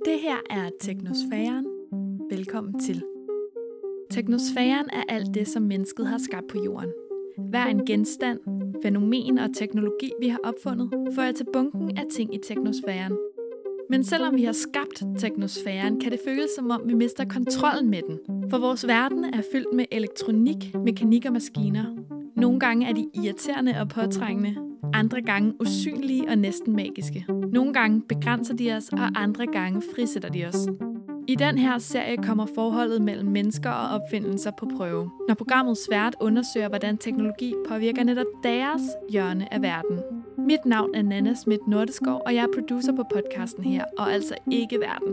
Det her er Teknosfæren. Velkommen til. Teknosfæren er alt det, som mennesket har skabt på jorden. Hver en genstand, fænomen og teknologi, vi har opfundet, fører til bunken af ting i teknosfæren. Men selvom vi har skabt teknosfæren, kan det føles som om, vi mister kontrollen med den. For vores verden er fyldt med elektronik, mekanik og maskiner. Nogle gange er de irriterende og påtrængende, andre gange usynlige og næsten magiske. Nogle gange begrænser de os, og andre gange frisætter de os. I den her serie kommer forholdet mellem mennesker og opfindelser på prøve, når programmet Svært undersøger, hvordan teknologi påvirker netop deres hjørne af verden. Mit navn er Nanna Schmidt Nordeskov, og jeg er producer på podcasten her, og altså ikke verden.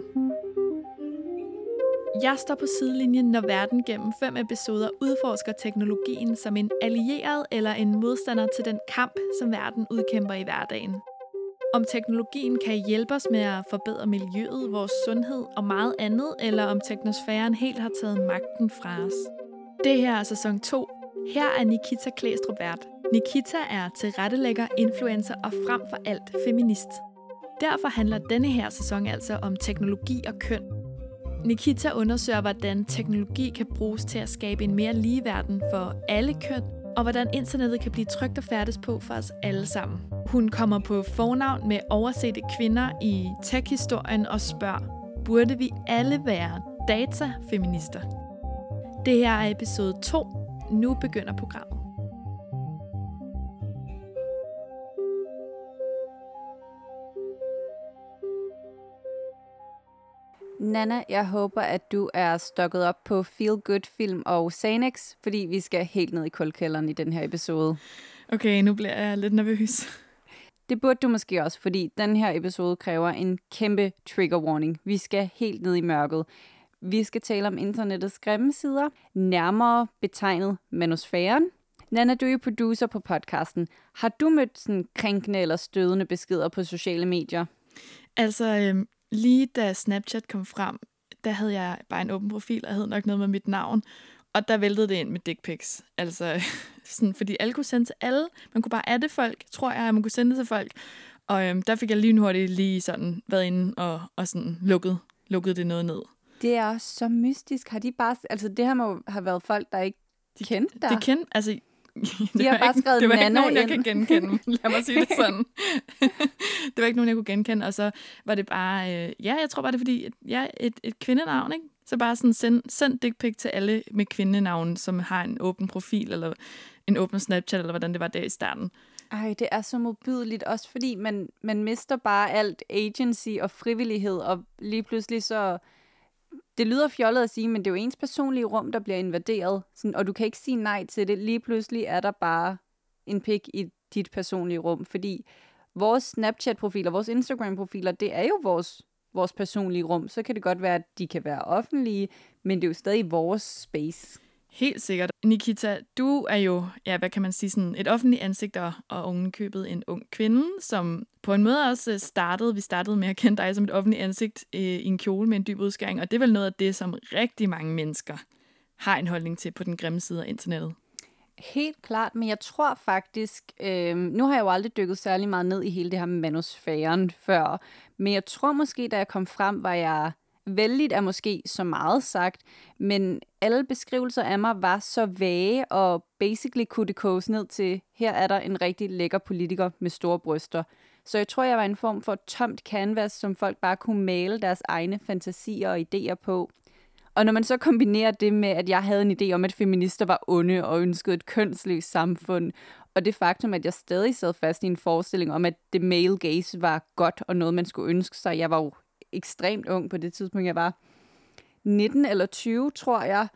Jeg står på sidelinjen, når verden gennem 5 episoder udforsker teknologien som en allieret eller en modstander til den kamp, som verden udkæmper i hverdagen. Om teknologien kan hjælpe os med at forbedre miljøet, vores sundhed og meget andet, eller om teknosfæren helt har taget magten fra os. Det her er sæson 2. Her er Nikita Klæstrup vært. Nikita er tilrettelægger, influencer og frem for alt feminist. Derfor handler denne her sæson altså om teknologi og køn. Nikita undersøger, hvordan teknologi kan bruges til at skabe en mere lige verden for alle køn, og hvordan internettet kan blive trygt og færdes på for os alle sammen. Hun kommer på fornavn med oversete kvinder i tech-historien og spørger, burde vi alle være datafeminister? Det her er episode 2. Nu begynder programmet. Nanna, jeg håber, at du er stokket op på Feel Good Film og Xanax, fordi vi skal helt ned i kuldkælderen i den her episode. Okay, nu bliver jeg lidt nervøs. Det burde du måske også, fordi den her episode kræver en kæmpe trigger warning. Vi skal helt ned i mørket. Vi skal tale om internettets grimme sider, nærmere betegnet manusfæren. Nanna, du er jo producer på podcasten. Har du mødt sådan krænkende eller stødende beskeder på sociale medier? Altså, lige da Snapchat kom frem, der havde jeg bare en åben profil, og hed nok noget med mit navn. Og der væltede det ind med dick pics. Altså, sådan, fordi alle kunne sende til alle. Man kunne bare adde folk, tror jeg, man kunne sende det til folk. Og der fik jeg lynhurtigt lige sådan været inde og sådan lukket det noget ned. Det er så mystisk. Har de bare, altså det her må have været folk, der ikke kendte dig. De kendte, altså de har bare skrevet det var Nanna ikke nogen, jeg ind. kan genkende. Lad mig sige det sådan. Det var ikke nogen, jeg kunne genkende. Og så var det bare, jeg tror bare, det er fordi, et kvindenavn, ikke? Så bare sådan send dick pic til alle med kvindenavn, som har en åben profil, eller en åben Snapchat, eller hvordan det var der i starten. Ej, det er så modbydeligt, også fordi man mister bare alt agency og frivillighed, og lige pludselig så... Det lyder fjollet at sige, men det er jo ens personlige rum, der bliver invaderet, sådan, og du kan ikke sige nej til det. Lige pludselig er der bare en pik i dit personlige rum, fordi vores Snapchat-profiler, vores Instagram-profiler, det er jo vores personlige rum. Så kan det godt være, at de kan være offentlige, men det er jo stadig vores space. Helt sikkert. Nikita, du er jo, hvad kan man sige, sådan et offentligt ansigt og ovenikøbet en ung kvinde, som på en måde også vi startede med at kende dig som et offentligt ansigt i en kjole med en dyb udskæring, og det er vel noget af det, som rigtig mange mennesker har en holdning til på den grimme side af internettet. Helt klart, men jeg tror faktisk, nu har jeg jo aldrig dykket særlig meget ned i hele det her manusfæren før, men jeg tror måske, da jeg kom frem, var jeg vældigt er måske så meget sagt, men alle beskrivelser af mig var så vage, og basically kunne det koges ned til, her er der en rigtig lækker politiker med store bryster. Så jeg tror, jeg var en form for tomt canvas, som folk bare kunne male deres egne fantasier og idéer på. Og når man så kombinerer det med, at jeg havde en idé om, at feminister var onde og ønskede et kønsløst samfund, og det faktum, at jeg stadig sad fast i en forestilling om, at det male gaze var godt og noget, man skulle ønske sig. Jeg var jo ekstremt ung på det tidspunkt. Jeg var 19 eller 20, tror jeg.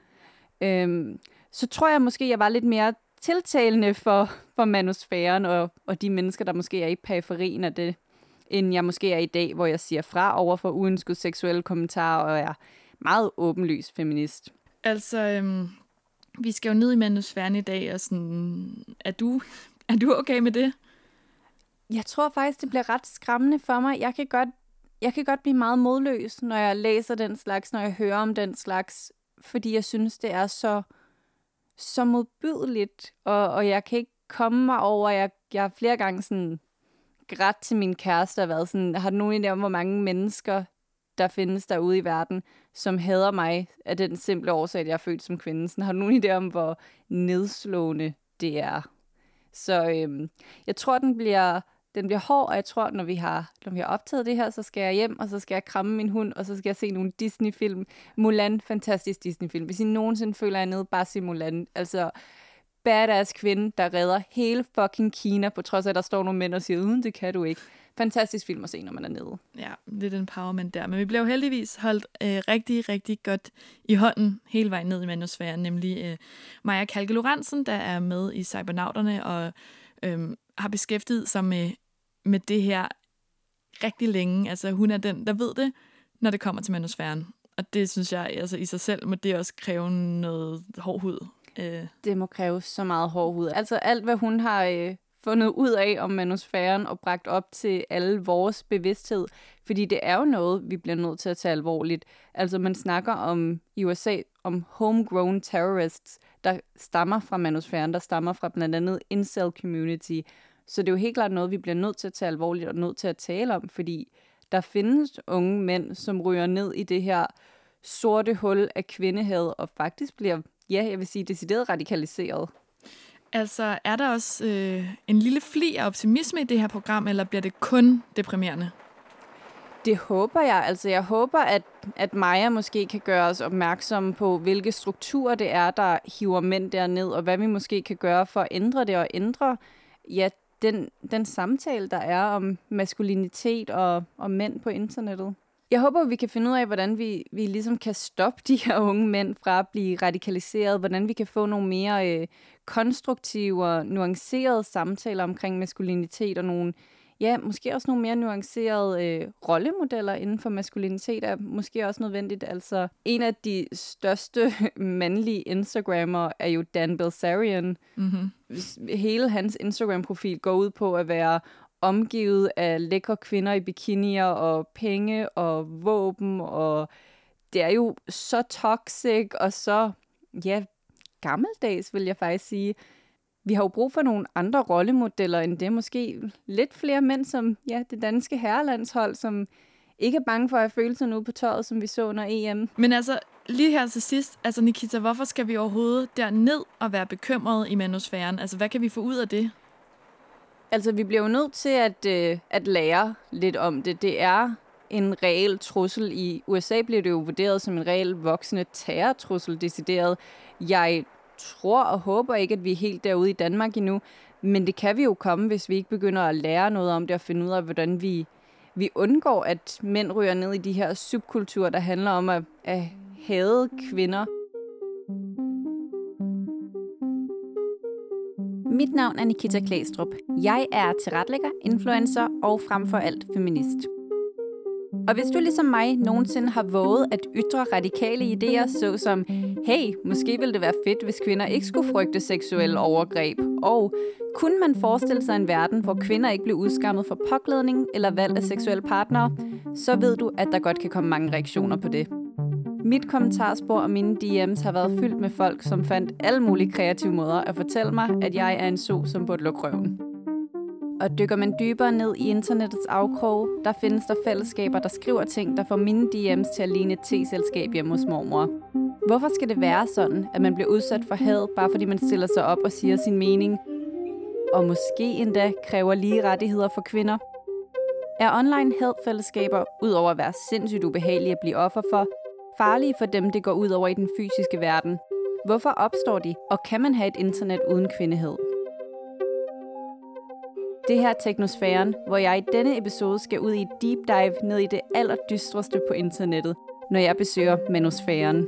Så tror jeg måske, jeg var lidt mere tiltalende for manusfæren og de mennesker, der måske er i periferien af det, end jeg måske er i dag, hvor jeg siger fra over for uønskede seksuelle kommentarer og er meget åbenlys feminist. Altså, vi skal jo ned i manusfæren i dag, og sådan, er du okay med det? Jeg tror faktisk, det bliver ret skræmmende for mig. Jeg kan godt blive meget modløs, når jeg læser den slags, når jeg hører om den slags, fordi jeg synes, det er så modbydeligt, og jeg kan ikke komme mig over, jeg har flere gange sådan grædt til min kæreste og været sådan, har du nogen idé om, hvor mange mennesker, der findes derude i verden, som hader mig af den simple årsag, at jeg er født som kvinde. Så har du nogen idé om, hvor nedslående det er? Så jeg tror, den bliver hård, og jeg tror, når vi har optaget det her, så skal jeg hjem, og så skal jeg kramme min hund, og så skal jeg se nogle Disney-film. Mulan, fantastisk Disney-film. Hvis I nogensinde føler jer nede, bare se Mulan. Altså, badass kvinde, der redder hele fucking Kina, på trods af, at der står nogle mænd og siger, det kan du ikke. Fantastisk film at se, når man er nede. Ja, det er den empowerment der. Men vi blev heldigvis holdt rigtig, rigtig godt i hånden hele vejen ned i manusfæren, nemlig Maja Kalke Lorentzen, der er med i Cybernauterne og har beskæftiget sig med det her rigtig længe. Altså hun er den, der ved det, når det kommer til manusfæren. Og det synes jeg, altså i sig selv må det også kræve noget hård hud. Det må kræve så meget hård hud. Altså alt, hvad hun har fundet ud af om manusfæren og bragt op til alle vores bevidsthed. Fordi det er jo noget, vi bliver nødt til at tage alvorligt. Altså man snakker om i USA om homegrown terrorists, der stammer fra manusfæren, der stammer fra blandt andet incel community. Så det er jo helt klart noget, vi bliver nødt til at tage alvorligt og nødt til at tale om, fordi der findes unge mænd, som ryger ned i det her sorte hul af kvindehad og faktisk bliver, jeg vil sige, decideret radikaliseret. Altså, er der også en lille fli af optimisme i det her program, eller bliver det kun deprimerende? Det håber jeg. Altså, jeg håber, at Maja måske kan gøre os opmærksomme på, hvilke strukturer det er, der hiver mænd derned, og hvad vi måske kan gøre for at ændre det og ændre den samtale, der er om maskulinitet og mænd på internettet. Jeg håber, vi kan finde ud af, hvordan vi ligesom kan stoppe de her unge mænd fra at blive radikaliseret, hvordan vi kan få nogle mere konstruktive og nuancerede samtaler omkring maskulinitet, og nogle, måske også nogle mere nuancerede rollemodeller inden for maskulinitet er måske også nødvendigt. Altså, en af de største mandlige Instagrammer er jo Dan Bilzerian. Mm-hmm. Hele hans Instagram-profil går ud på at være omgivet af lækre kvinder i bikinier og penge og våben, og det er jo så toxic og så, gammeldags, vil jeg faktisk sige. Vi har jo brug for nogle andre rollemodeller end det. Måske lidt flere mænd som det danske herrelandshold, som ikke er bange for at have følelserne ude på tøjet, som vi så under EM. Men altså, lige her til sidst, altså Nikita, hvorfor skal vi overhovedet derned og være bekymrede i manusfæren? Altså, hvad kan vi få ud af det? Altså, vi bliver jo nødt til at lære lidt om det. Det er en reel trussel. I USA bliver det jo vurderet som en reel voksende terrortrussel, decideret. Jeg tror og håber ikke, at vi er helt derude i Danmark endnu, men det kan vi jo komme, hvis vi ikke begynder at lære noget om det og finde ud af, hvordan vi undgår, at mænd ryger ned i de her subkulturer, der handler om at hade kvinder. Mit navn er Nikita Klæstrup. Jeg er tilrettelægger, influencer og frem for alt feminist. Og hvis du ligesom mig nogensinde har våget at ytre radikale idéer, såsom, hey, måske ville det være fedt, hvis kvinder ikke skulle frygte seksuelle overgreb, og kunne man forestille sig en verden, hvor kvinder ikke blev udskammet for påklædning eller valg af seksuelle partnere, så ved du, at der godt kan komme mange reaktioner på det. Mit kommentarspor og mine DM's har været fyldt med folk, som fandt alle mulige kreative måder at fortælle mig, at jeg er en so, som burde lukke røven. Og dykker man dybere ned i internettets afkrog, der findes der fællesskaber, der skriver ting, der får mine DM's til at ligne et te-selskab hjemme hos mormor. Hvorfor skal det være sådan, at man bliver udsat for had, bare fordi man stiller sig op og siger sin mening? Og måske endda kræver lige rettigheder for kvinder? Er online hadfællesskaber, udover at være sindssygt ubehagelige at blive offer for, farlige for dem, det går ud over i den fysiske verden? Hvorfor opstår de, og kan man have et internet uden kvindehed? Det her er Teknosfæren, hvor jeg i denne episode skal ud i et deep dive ned i det allerdystreste på internettet, når jeg besøger manusfæren.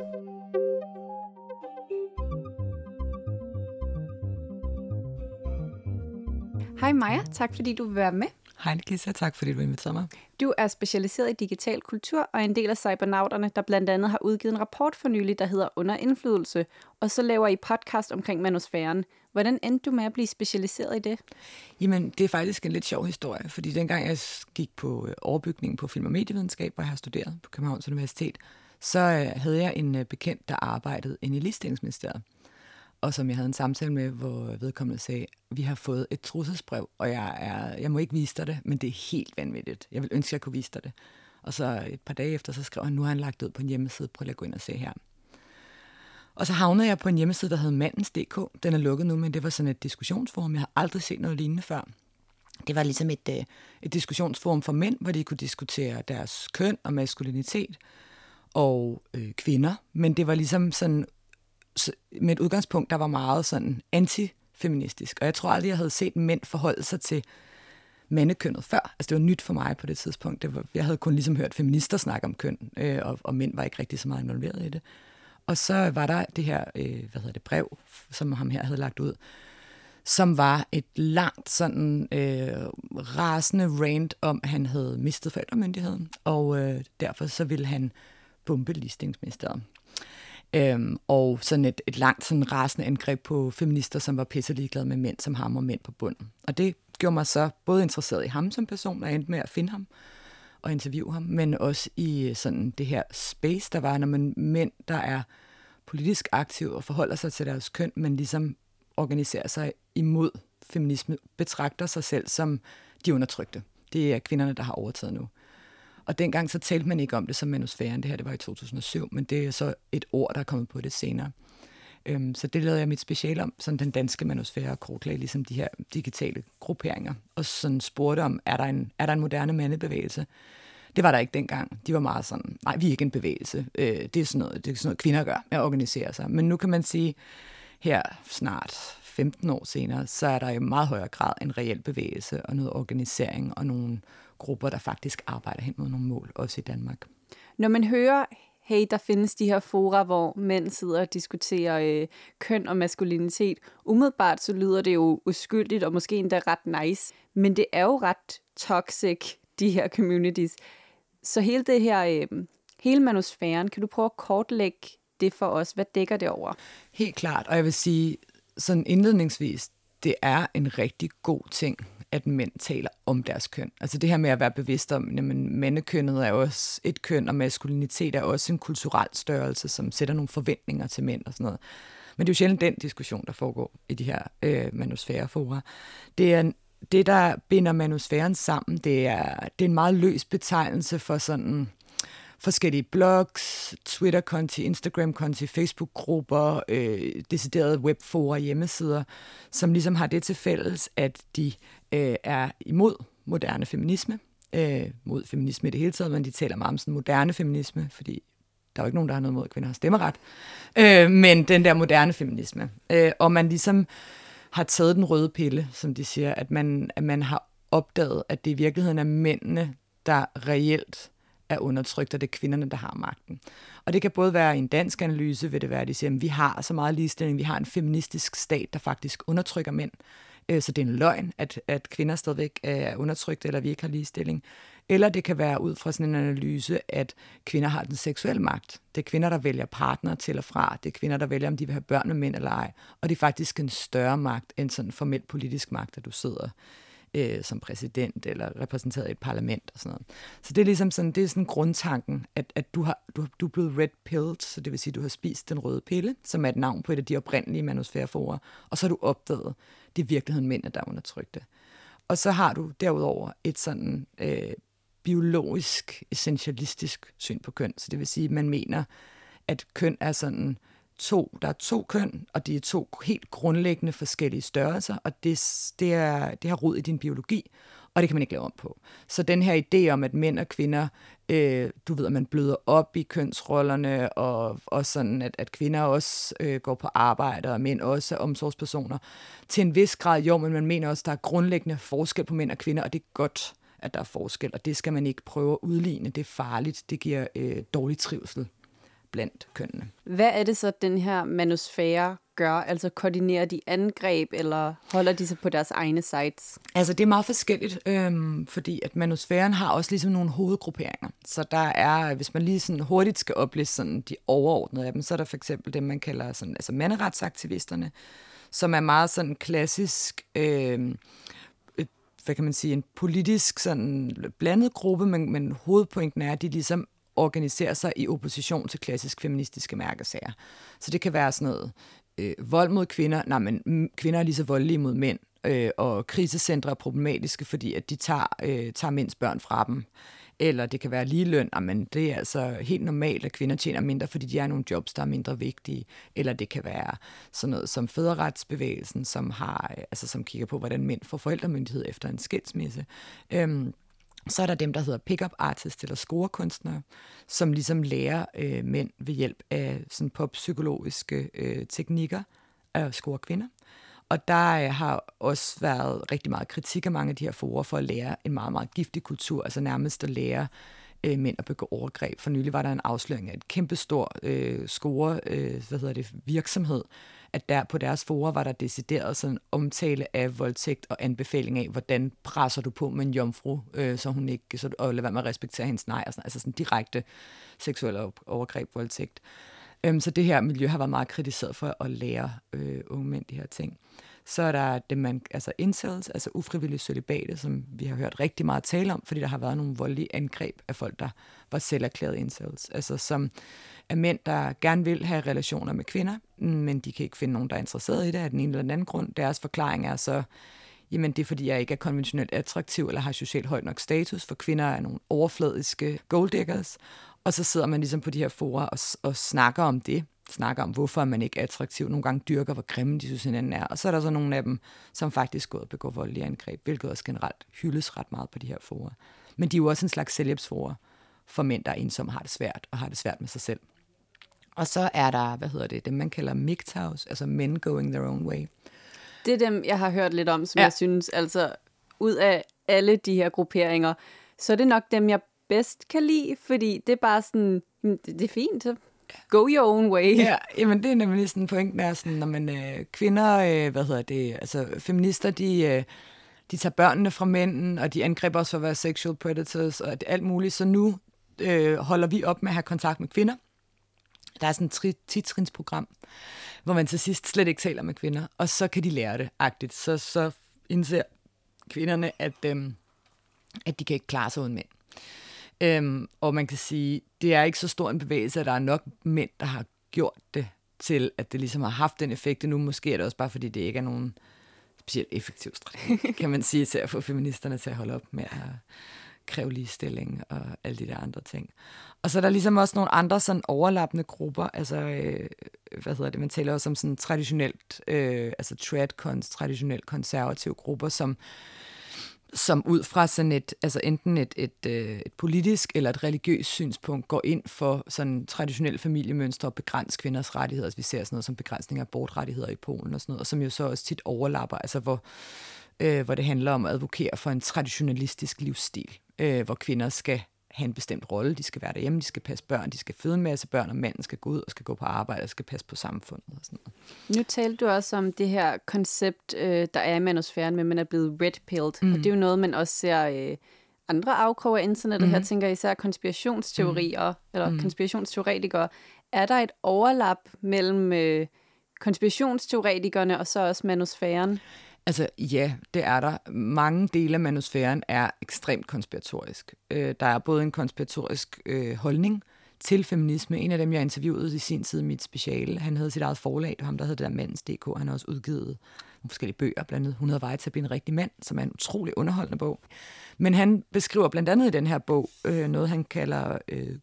Hej Maja, tak fordi du vil være med. Hej Nikita, tak fordi du inviterede mig. Du er specialiseret i digital kultur og en del af Cybernauterne, der blandt andet har udgivet en rapport for nylig, der hedder Under Indflydelse, og så laver I podcast omkring manusfæren. Hvordan endte du med at blive specialiseret i det? Jamen, det er faktisk en lidt sjov historie, fordi dengang jeg gik på overbygningen på film- og medievidenskab, hvor jeg har studeret på Københavns Universitet, så havde jeg en bekendt, der arbejdede inde i Ligestillingsministeriet, og som jeg havde en samtale med, hvor vedkommende sagde, vi har fået et trusselsbrev, og jeg må ikke vise dig det, men det er helt vanvittigt. Jeg vil ønske, jeg kunne vise dig det. Og så et par dage efter, så skrev han, nu har han lagt ud på en hjemmeside, prøv lige at gå ind og se her. Og så havnede jeg på en hjemmeside, der hed Mandens.dk. Den er lukket nu, men det var sådan et diskussionsforum. Jeg har aldrig set noget lignende før. Det var ligesom et diskussionsforum for mænd, hvor de kunne diskutere deres køn og maskulinitet og kvinder. Men det var ligesom sådan med et udgangspunkt, der var meget sådan antifeministisk. Og jeg tror aldrig, jeg havde set mænd forholde sig til mandekønnet før. Altså det var nyt for mig på det tidspunkt. Jeg havde kun ligesom hørt feminister snakke om køn, og mænd var ikke rigtig så meget involveret i det. Og så var der det her brev, som ham her havde lagt ud, som var et langt sådan rasende rant om, at han havde mistet forældremyndigheden, og derfor så ville han bombe ligestillingsministeriet. Og sådan et langt sådan rasende angreb på feminister, som var pisseligeglade med mænd som ham og mænd på bunden. Og det gjorde mig så både interesseret i ham som person, og endte med at finde ham og interviewe ham, men også i sådan det her space, der var, når man mænd, der er politisk aktive og forholder sig til deres køn, men ligesom organiserer sig imod feminisme, betragter sig selv som de undertrykte. Det er kvinderne, der har overtaget nu. Og dengang så talte man ikke om det som manusfæren. Det her, det var i 2007, men det er så et ord, der er kommet på det senere. Så det lavede jeg mit special om, sådan den danske manusfære og kortlagde ligesom de her digitale grupperinger, og sådan spurgte om, er der en moderne mandebevægelse? Det var der ikke dengang. De var meget sådan, nej, vi er ikke en bevægelse. Det er sådan noget, kvinder gør, at organisere sig. Men nu kan man sige, her snart 15 år senere, så er der i meget højere grad en reel bevægelse og noget organisering og nogle grupper, der faktisk arbejder hen mod nogle mål, også i Danmark. Når man hører, hey, der findes de her fora, hvor mænd sidder og diskuterer køn og maskulinitet, umiddelbart så lyder det jo uskyldigt og måske endda ret nice, men det er jo ret toxic, de her communities. Så hele det her, hele manusfæren, kan du prøve at kortlægge det for os? Hvad dækker det over? Helt klart, og jeg vil sige, sådan indledningsvis, det er en rigtig god ting, at mænd taler om deres køn. Altså det her med at være bevidst om, at mandekønnet er også et køn, og maskulinitet er også en kulturel størrelse, som sætter nogle forventninger til mænd og sådan noget. Men det er jo sjældent den diskussion, der foregår i de her manusfærefora. Det, der binder manusfæren sammen, det er en meget løs betegnelse for sådan forskellige blogs, Twitter-konti, Instagram-konti, Facebook-grupper, deciderede webfora, hjemmesider, som ligesom har det til fælles, at de er imod moderne feminisme, mod feminisme i det hele taget, men de taler meget om sådan moderne feminisme, fordi der er jo ikke nogen, der har noget mod, at kvinder har stemmeret, men den der moderne feminisme. Og man ligesom har taget den røde pille, som de siger, at man har opdaget, at det i virkeligheden er mændene, der reelt er undertrykt, og det er kvinderne, der har magten. Og det kan både være i en dansk analyse, vil det være, at de siger, at vi har så meget ligestilling, vi har en feministisk stat, der faktisk undertrykker mænd, så det er en løgn, at kvinder stadigvæk er undertrykt, eller vi ikke har ligestilling. Eller det kan være ud fra sådan en analyse, at kvinder har den seksuelle magt. Det er kvinder, der vælger partner til og fra. Det er kvinder, der vælger, om de vil have børn med mænd eller ej. Og det er faktisk en større magt end sådan formelt politisk magt, at du sidder som præsident eller repræsenteret i et parlament og sådan noget. Så det er ligesom sådan, det er sådan grundtanken, at du er blevet red pilled, så det vil sige, at du har spist den røde pille, som er et navn på et af de oprindelige manusfærefora, og så har du opdaget, det er virkeligheden mænd, der er undertrykte. Og så har du derudover et sådan biologisk, essentialistisk syn på køn, så det vil sige, at man mener, at køn er sådan der er to køn, og det er to helt grundlæggende forskellige størrelser, og det har rod i din biologi, og det kan man ikke lave om på. Så den her idé om, at mænd og kvinder, du ved, at man bløder op i kønsrollerne, og sådan, at kvinder også går på arbejde, og mænd også er omsorgspersoner, til en vis grad, jo, men man mener også, at der er grundlæggende forskel på mænd og kvinder, og det er godt, at der er forskel, og det skal man ikke prøve at udligne. Det er farligt, det giver dårlig trivsel blandt kønnene. Hvad er det så, den her manusfære gør? Altså koordinerer de angreb, eller holder de sig på deres egne sites? Altså det er meget forskelligt, fordi at manusfæren har også ligesom nogle hovedgrupperinger. Så der er, hvis man lige sådan hurtigt skal opliste sådan de overordnede af dem, så er der for eksempel det, man kalder sådan, altså manderetsaktivisterne, som er meget sådan klassisk, hvad kan man sige, en politisk sådan blandet gruppe, men hovedpointen er, at de ligesom organiserer sig i opposition til klassisk feministiske mærkesager. Så det kan være sådan noget vold mod kvinder. Nej, men kvinder er lige så voldelige mod mænd, og krisecentre er problematiske, fordi at de tager mænds børn fra dem. Eller det kan være ligeløn, men det er altså helt normalt, at kvinder tjener mindre, fordi de er nogle jobs, der er mindre vigtige. Eller det kan være sådan noget som fædreretsbevægelsen, som kigger på, hvordan mænd får forældremyndighed efter en skilsmisse. Så er der dem, der hedder pick-up artist eller scorekunstnere, som ligesom lærer mænd ved hjælp af sådan poppsykologiske teknikker at score kvinder. Og der har også været rigtig meget kritik af mange af de her forer for at lære en meget, meget giftig kultur, altså nærmest at lære mænd at begå overgreb. For nylig var der en afsløring af et kæmpestor virksomhed, at der på deres forer var der decideret sådan omtale af voldtægt og anbefaling af, hvordan presser du på med en jomfru, så hun ikke, og lad være med at respektere hendes nej, og sådan, altså sådan direkte seksuelle overgreb, voldtægt. Så det her miljø har været meget kritiseret for at lære unge mænd de her ting. Så er der det, incels, altså ufrivillige cølibate, som vi har hørt rigtig meget tale om, fordi der har været nogle voldelige angreb af folk, der var selverklærede incels. Altså som er mænd, der gerne vil have relationer med kvinder, men de kan ikke finde nogen, der er interesseret i det af den ene eller den anden grund. Deres forklaring er så, jamen det er fordi, jeg ikke er konventionelt attraktiv eller har socialt højt nok status, for kvinder er nogle overfladiske golddiggers. Og så sidder man ligesom på de her forer og snakker om det. Snakker om, hvorfor man ikke er attraktiv. Nogle gange dyrker, hvor grimme de synes hinanden er. Og så er der så nogle af dem, som faktisk går og begår voldelige angreb, hvilket også generelt hyldes ret meget på de her forer. Men de er jo også en slags selvhjælpsforer for mænd, der er ensomme, har det svært og har det svært med sig selv. Og så er der, dem man kalder MGTOWs, altså men going their own way. Det er dem, jeg har hørt lidt om, som jeg synes, altså ud af alle de her grupperinger, så er det nok dem, jeg bedst kan lide, fordi det er bare sådan, det er fint, så go your own way. Ja, jamen det er nemlig sådan, pointen er sådan, når man kvinder, feminister, de tager børnene fra mænden, og de angriber også for at være sexual predators, og alt muligt, så nu holder vi op med at have kontakt med kvinder. Der er sådan et 10-trinsprogram, hvor man til sidst slet ikke taler med kvinder, og så kan de lære det agtigt. Så indser kvinderne, at de kan ikke klare sig uden mænd. Og man kan sige, det er ikke så stor en bevægelse, at der er nok mænd, der har gjort det til, at det ligesom har haft den effekt. Nu måske er det også bare, fordi det ikke er nogen specielt effektiv strategi, kan man sige, til at få feministerne til at holde op med at kræve ligestilling og alle de der andre ting. Og så er der ligesom også nogle andre sådan overlappende grupper, altså, man taler også om sådan traditionelt, traditionelt konservative grupper, som ud fra sådan enten et politisk eller et religiøst synspunkt går ind for sådan traditionelle familiemønstre og begrænse kvinders rettigheder. Altså, vi ser sådan noget som begrænsning af abortrettigheder i Polen og sådan noget, og som jo så også tit overlapper, altså hvor det handler om at advokere for en traditionalistisk livsstil, hvor kvinder skal have en bestemt rolle, de skal være derhjemme, de skal passe børn, de skal føde en masse børn, og manden skal gå ud og skal gå på arbejde og skal passe på samfundet og sådan noget. Nu talte du også om det her koncept, der er i manusfæren, men man er blevet red-pilled, og det er jo noget, man også ser andre afkroge af internettet. Her tænker jeg især konspirationsteorier, eller konspirationsteoretikere. Er der et overlap mellem konspirationsteoretikerne og så også manusfæren? Altså ja, det er der. Mange dele af manusfæren er ekstremt konspiratorisk. Der er både en konspiratorisk holdning til feminisme. En af dem, jeg interviewede i sin tid, mit speciale, han havde sit eget forlag, det var ham, der hed det der Mandens.dk. Han har også udgivet nogle forskellige bøger, blandt andet 100 veje til at blive en rigtig mand, som er en utrolig underholdende bog. Men han beskriver blandt andet i den her bog noget, han kalder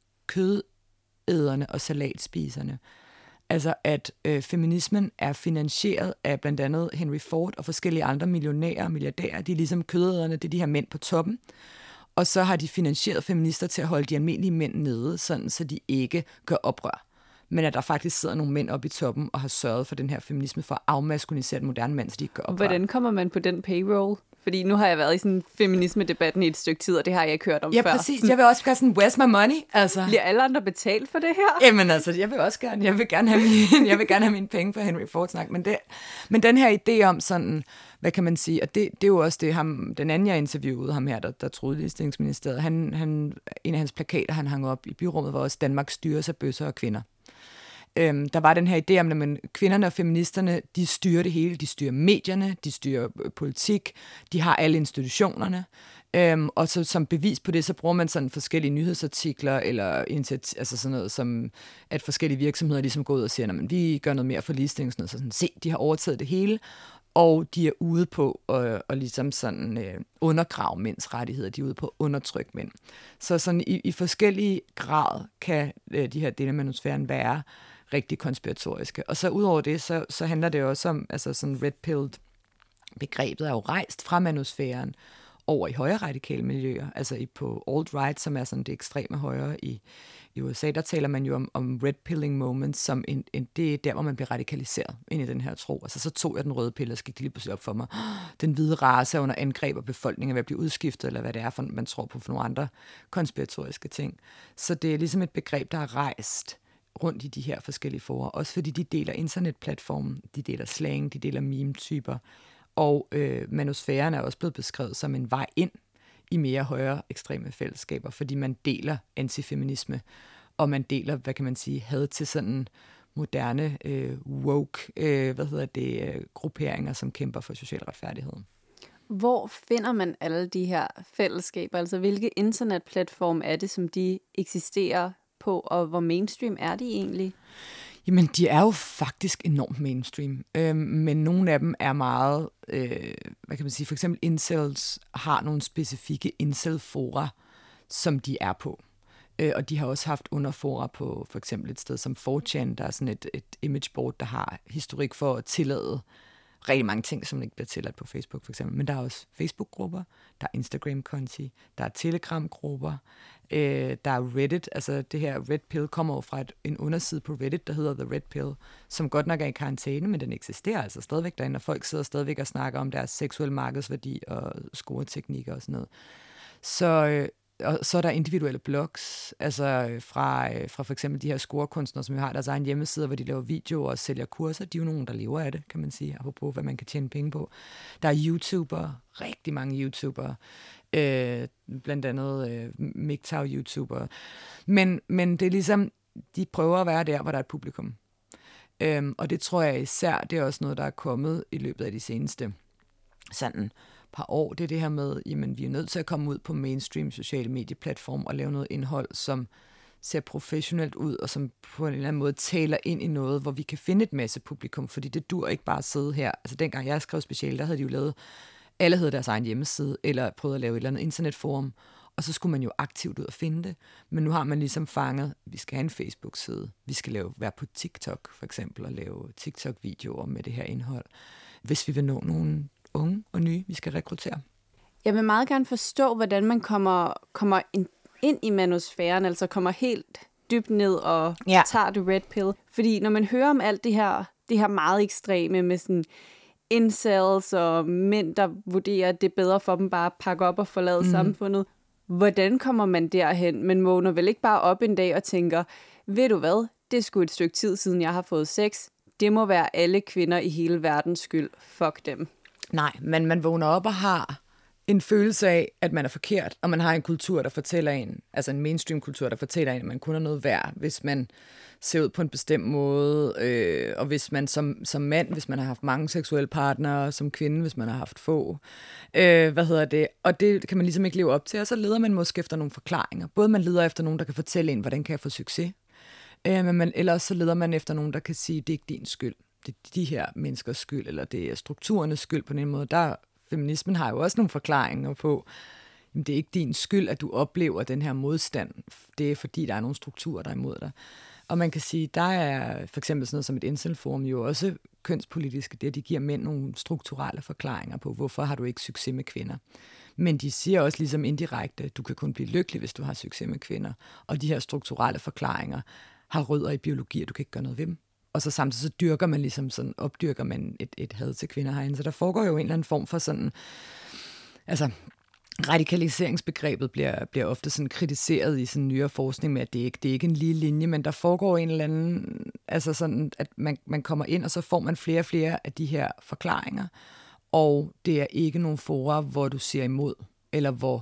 kødæderne og salatspiserne. Altså at feminismen er finansieret af blandt andet Henry Ford og forskellige andre millionærer og milliardærer. De er ligesom kødæderne, det er de her mænd på toppen. Og så har de finansieret feminister til at holde de almindelige mænd nede, sådan så de ikke gør oprør. Men at der faktisk sidder nogle mænd oppe i toppen og har sørget for den her feminisme for at afmaskulisere den moderne mand, så de ikke gør oprør. Hvordan kommer man på den payroll? Fordi nu har jeg været i sådan feminisme-debatten i et stykke tid, og det har jeg ikke hørt om før. Ja, præcis. Jeg vil også gøre sådan, where's my money? Altså. Bliver alle andre betalt for det her? Jamen altså, jeg vil også gerne. Jeg vil gerne have mine penge for Henry Ford-snak. Men den her idé om sådan, hvad kan man sige, og det er jo også det, den anden, jeg interviewede ham her, der troede ligestillingsministeriet, en af hans plakater, han hang op i byrummet, var også Danmark styres af bøsser og kvinder. Der var den her idé om, at kvinderne og feministerne, de styrer det hele. De styrer medierne, de styrer politik, de har alle institutionerne. Og så som bevis på det, så bruger man sådan forskellige nyhedsartikler, eller altså sådan noget som, at forskellige virksomheder ligesom går ud og siger, at vi gør noget mere for ligestilling, så sådan, se, de har overtaget det hele. og de er ude på at ligesom sådan undergrave mænds rettigheder. De er ude på at undertrykke mænd. Så sådan i forskellige grad kan de her dele af manusfæren være rigtig konspiratoriske. Og så udover det, så handler det også om, altså sådan red-pilled begrebet er jo rejst fra manusfæren over i højre radikale miljøer, altså på alt-right, som er sådan det ekstreme højre i USA, der taler man jo om red-pilling moments, som det er der, hvor man bliver radikaliseret ind i den her tro. Altså så tog jeg den røde pille, og så gik det lige pludselig op for mig. Den hvide race er under angreb af befolkningen ved at blive udskiftet, eller hvad det er, for man tror på for nogle andre konspiratoriske ting. Så det er ligesom et begreb, der er rejst rundt i de her forskellige forer, også fordi de deler internetplatformen, de deler slang, de deler meme-typer, og manusfæren er også blevet beskrevet som en vej ind i mere højere ekstreme fællesskaber, fordi man deler antifeminisme, og man deler, hvad kan man sige, had til sådan moderne woke, grupperinger, som kæmper for social retfærdighed. Hvor finder man alle de her fællesskaber? Altså hvilke internetplatform er det, som de eksisterer på, og hvor mainstream er de egentlig? Jamen, de er jo faktisk enormt mainstream, men nogle af dem er meget, hvad kan man sige, for eksempel incels har nogle specifikke incel-fora, som de er på. Og de har også haft underfora på for eksempel et sted som 4chan, der er sådan et imageboard, der har historik for at tillade rigtig mange ting, som ikke bliver tilladt på Facebook for eksempel. Men der er også Facebook-grupper, der er Instagram-konti, der er Telegram-grupper, der er Reddit. Altså det her Red Pill kommer jo fra en underside på Reddit, der hedder The Red Pill, som godt nok er i karantæne, men den eksisterer altså stadigvæk derinde, og folk sidder stadigvæk og snakker om deres seksuelle markedsværdi og scoreteknikker og sådan noget. Så er der individuelle blogs, altså fra for eksempel de her scorekunstnere, som jo har deres egen hjemmeside, hvor de laver videoer og sælger kurser. De er jo nogen, der lever af det, kan man sige, apropos hvad man kan tjene penge på. Der er YouTubere, rigtig mange YouTubere, blandt andet MGTOW-YouTubere. Men det er ligesom, de prøver at være der, hvor der er et publikum. Og det tror jeg især, det er også noget, der er kommet i løbet af de seneste sådan par år, det er det her med, jamen vi er nødt til at komme ud på mainstream sociale medieplatform og lave noget indhold, som ser professionelt ud, og som på en eller anden måde taler ind i noget, hvor vi kan finde et masse publikum, fordi det dur ikke bare at sidde her. Altså dengang jeg skrev speciale, der havde de jo lavet, alle havde deres egen hjemmeside, eller prøvet at lave et eller andet internetforum, og så skulle man jo aktivt ud og finde det. Men nu har man ligesom fanget, vi skal have en Facebook-side, vi skal være på TikTok for eksempel, og lave TikTok-videoer med det her indhold, hvis vi vil nå nogle unge og nye, vi skal rekruttere. Jeg vil meget gerne forstå, hvordan man kommer ind i manusfæren, altså kommer helt dybt ned og tager det red pill. Fordi når man hører om alt det her meget ekstreme med sådan incels og mænd, der vurderer, at det er bedre for dem bare at pakke op og forlade samfundet, hvordan kommer man derhen? Man vågner vel ikke bare op en dag og tænker, ved du hvad, det er sgu et stykke tid siden, jeg har fået sex. Det må være alle kvinder i hele verdens skyld. Fuck dem. Nej, men man vågner op og har en følelse af, at man er forkert, og man har en kultur, der fortæller en, altså en mainstream-kultur, der fortæller en, at man kun er noget værd, hvis man ser ud på en bestemt måde, og hvis man som mand, hvis man har haft mange seksuelle partnere, som kvinde, hvis man har haft få, og det kan man ligesom ikke leve op til, og så leder man måske efter nogle forklaringer. Både man leder efter nogen, der kan fortælle en, hvordan kan jeg få succes, men ellers så leder man efter nogen, der kan sige, det er ikke din skyld. Det er de her menneskers skyld, eller det er strukturernes skyld på den måde. Feminismen har jo også nogle forklaringer på, at det er ikke din skyld, at du oplever den her modstand. Det er fordi, der er nogle strukturer, der er imod dig. Og man kan sige, der er for eksempel sådan noget som et incelforum jo også kønspolitiske, det de giver mænd nogle strukturelle forklaringer på, hvorfor har du ikke succes med kvinder. Men de siger også ligesom indirekte, du kan kun blive lykkelig, hvis du har succes med kvinder. Og de her strukturelle forklaringer har rødder i biologi, og du kan ikke gøre noget ved dem. Og så samtidig så dyrker man ligesom sådan, opdyrker man et had til kvinder herinde. Så der foregår jo en eller anden form for sådan, altså radikaliseringsbegrebet bliver ofte sådan kritiseret i sådan nyere forskning med, at det er ikke en lige linje, men der foregår en eller anden, altså sådan, at man kommer ind, og så får man flere og flere af de her forklaringer, og det er ikke nogen fora, hvor du ser imod, eller hvor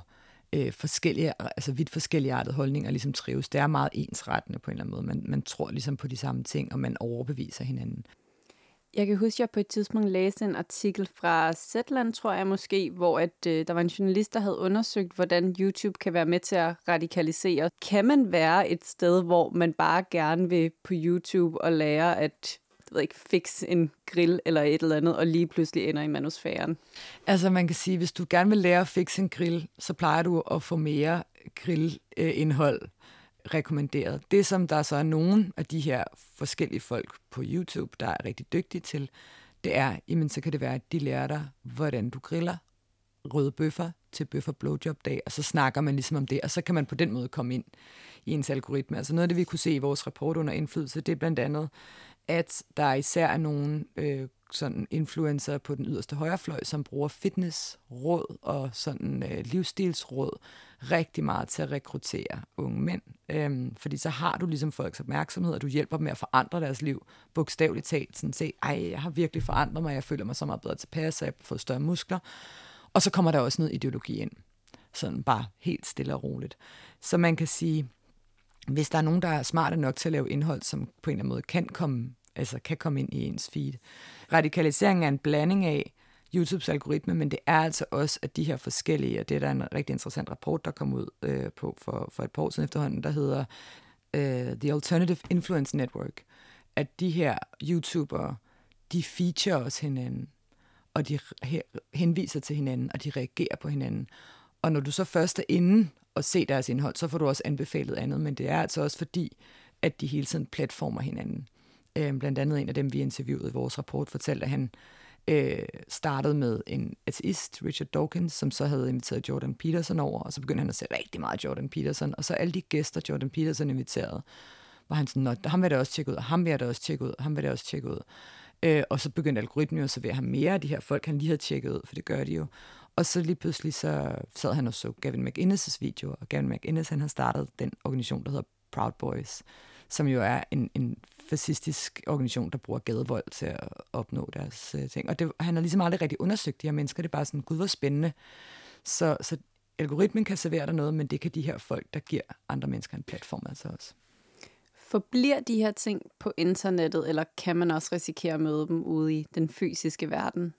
vidt forskelligartede holdninger ligesom trives. Det er meget ensrettende på en eller anden måde. Man tror ligesom på de samme ting, og man overbeviser hinanden. Jeg kan huske, at jeg på et tidspunkt læste en artikel fra Zetland, tror jeg måske, hvor der var en journalist, der havde undersøgt, hvordan YouTube kan være med til at radikalisere. Kan man være et sted, hvor man bare gerne vil på YouTube og lære, at fix en grill eller et eller andet, og lige pludselig ender i manusfæren? Altså man kan sige, hvis du gerne vil lære at fixe en grill, så plejer du at få mere grillindhold rekommenderet. Det, som der så er nogen af de her forskellige folk på YouTube, der er rigtig dygtige til, det er, jamen så kan det være, at de lærer dig, hvordan du griller røde bøffer til bøffer blowjob dag, og så snakker man ligesom om det, og så kan man på den måde komme ind i ens algoritme. Altså noget af det, vi kunne se i vores rapport under indflydelse, det er blandt andet, at der især er nogle sådan influencer på den yderste højrefløj, som bruger fitnessråd og sådan livsstilsråd rigtig meget til at rekruttere unge mænd. Fordi så har du ligesom folks opmærksomhed, og du hjælper dem med at forandre deres liv, bogstaveligt talt. Sådan se, jeg har virkelig forandret mig, jeg føler mig så meget bedre tilpas, og jeg har fået større muskler. Og så kommer der også noget ideologi ind. Sådan bare helt stille og roligt. Så man kan sige, hvis der er nogen, der er smarte nok til at lave indhold, som på en eller anden måde kan komme ind i ens feed. Radikalisering er en blanding af YouTubes algoritme, men det er altså også, at de her forskellige, og det er der en rigtig interessant rapport, der kom ud på for et par år siden efterhånden, der hedder The Alternative Influence Network, at de her YouTubere, de feature også hinanden, og de henviser til hinanden, og de reagerer på hinanden. Og når du så først er inde og ser deres indhold, så får du også anbefalet andet, men det er altså også fordi, at de hele tiden platformer hinanden. Blandt andet en af dem, vi interviewede i vores rapport, fortalte, at han startede med en ateist, Richard Dawkins, som så havde inviteret Jordan Peterson over, og så begyndte han at se rigtig meget Jordan Peterson, og så alle de gæster, Jordan Peterson inviterede, var han sådan, ham vil jeg da også tjekke ud, og ham vil jeg da også tjekke ud, og ham vil jeg også tjekke ud. Og så begyndte algoritmen jo at servere ham mere af de her folk, han lige havde tjekket ud, for det gør de jo. Og så lige pludselig så sad han og så Gavin McInnes' video, og Gavin McInnes, han har startet den organisation, der hedder Proud Boys, som jo er en fascistisk organisation, der bruger gadevold til at opnå deres ting. Og han har ligesom aldrig rigtig undersøgt de her mennesker. Det er bare sådan, gud, hvor spændende. Så algoritmen kan servere dig noget, men det kan de her folk, der giver andre mennesker en platform altså også. Forbliver de her ting på internettet, eller kan man også risikere at møde dem ude i den fysiske verden?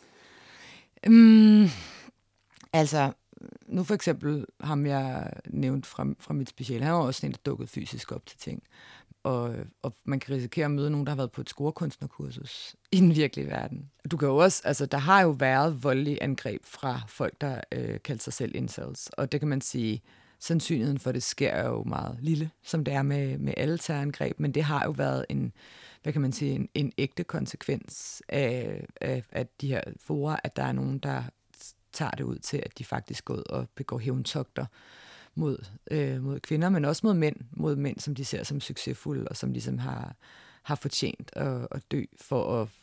Altså, nu for eksempel ham jeg nævnt fra mit speciale, han var også en, der dukkede fysisk op til ting. Og man kan risikere at møde nogen, der har været på et scorekunstnerkursus i den virkelige verden. Du kan jo også, altså der har jo været voldelige angreb fra folk, der kalder sig selv incels. Og det kan man sige, sandsynligheden for det sker jo meget lille, som det er med alle terrorangreb, men det har jo været en ægte konsekvens af de her fora, at der er nogen, der tager det ud til, at de faktisk går ud og begår hævntogter mod kvinder, men også mod mænd, som de ser som succesfulde, og som ligesom har fortjent at dø for at,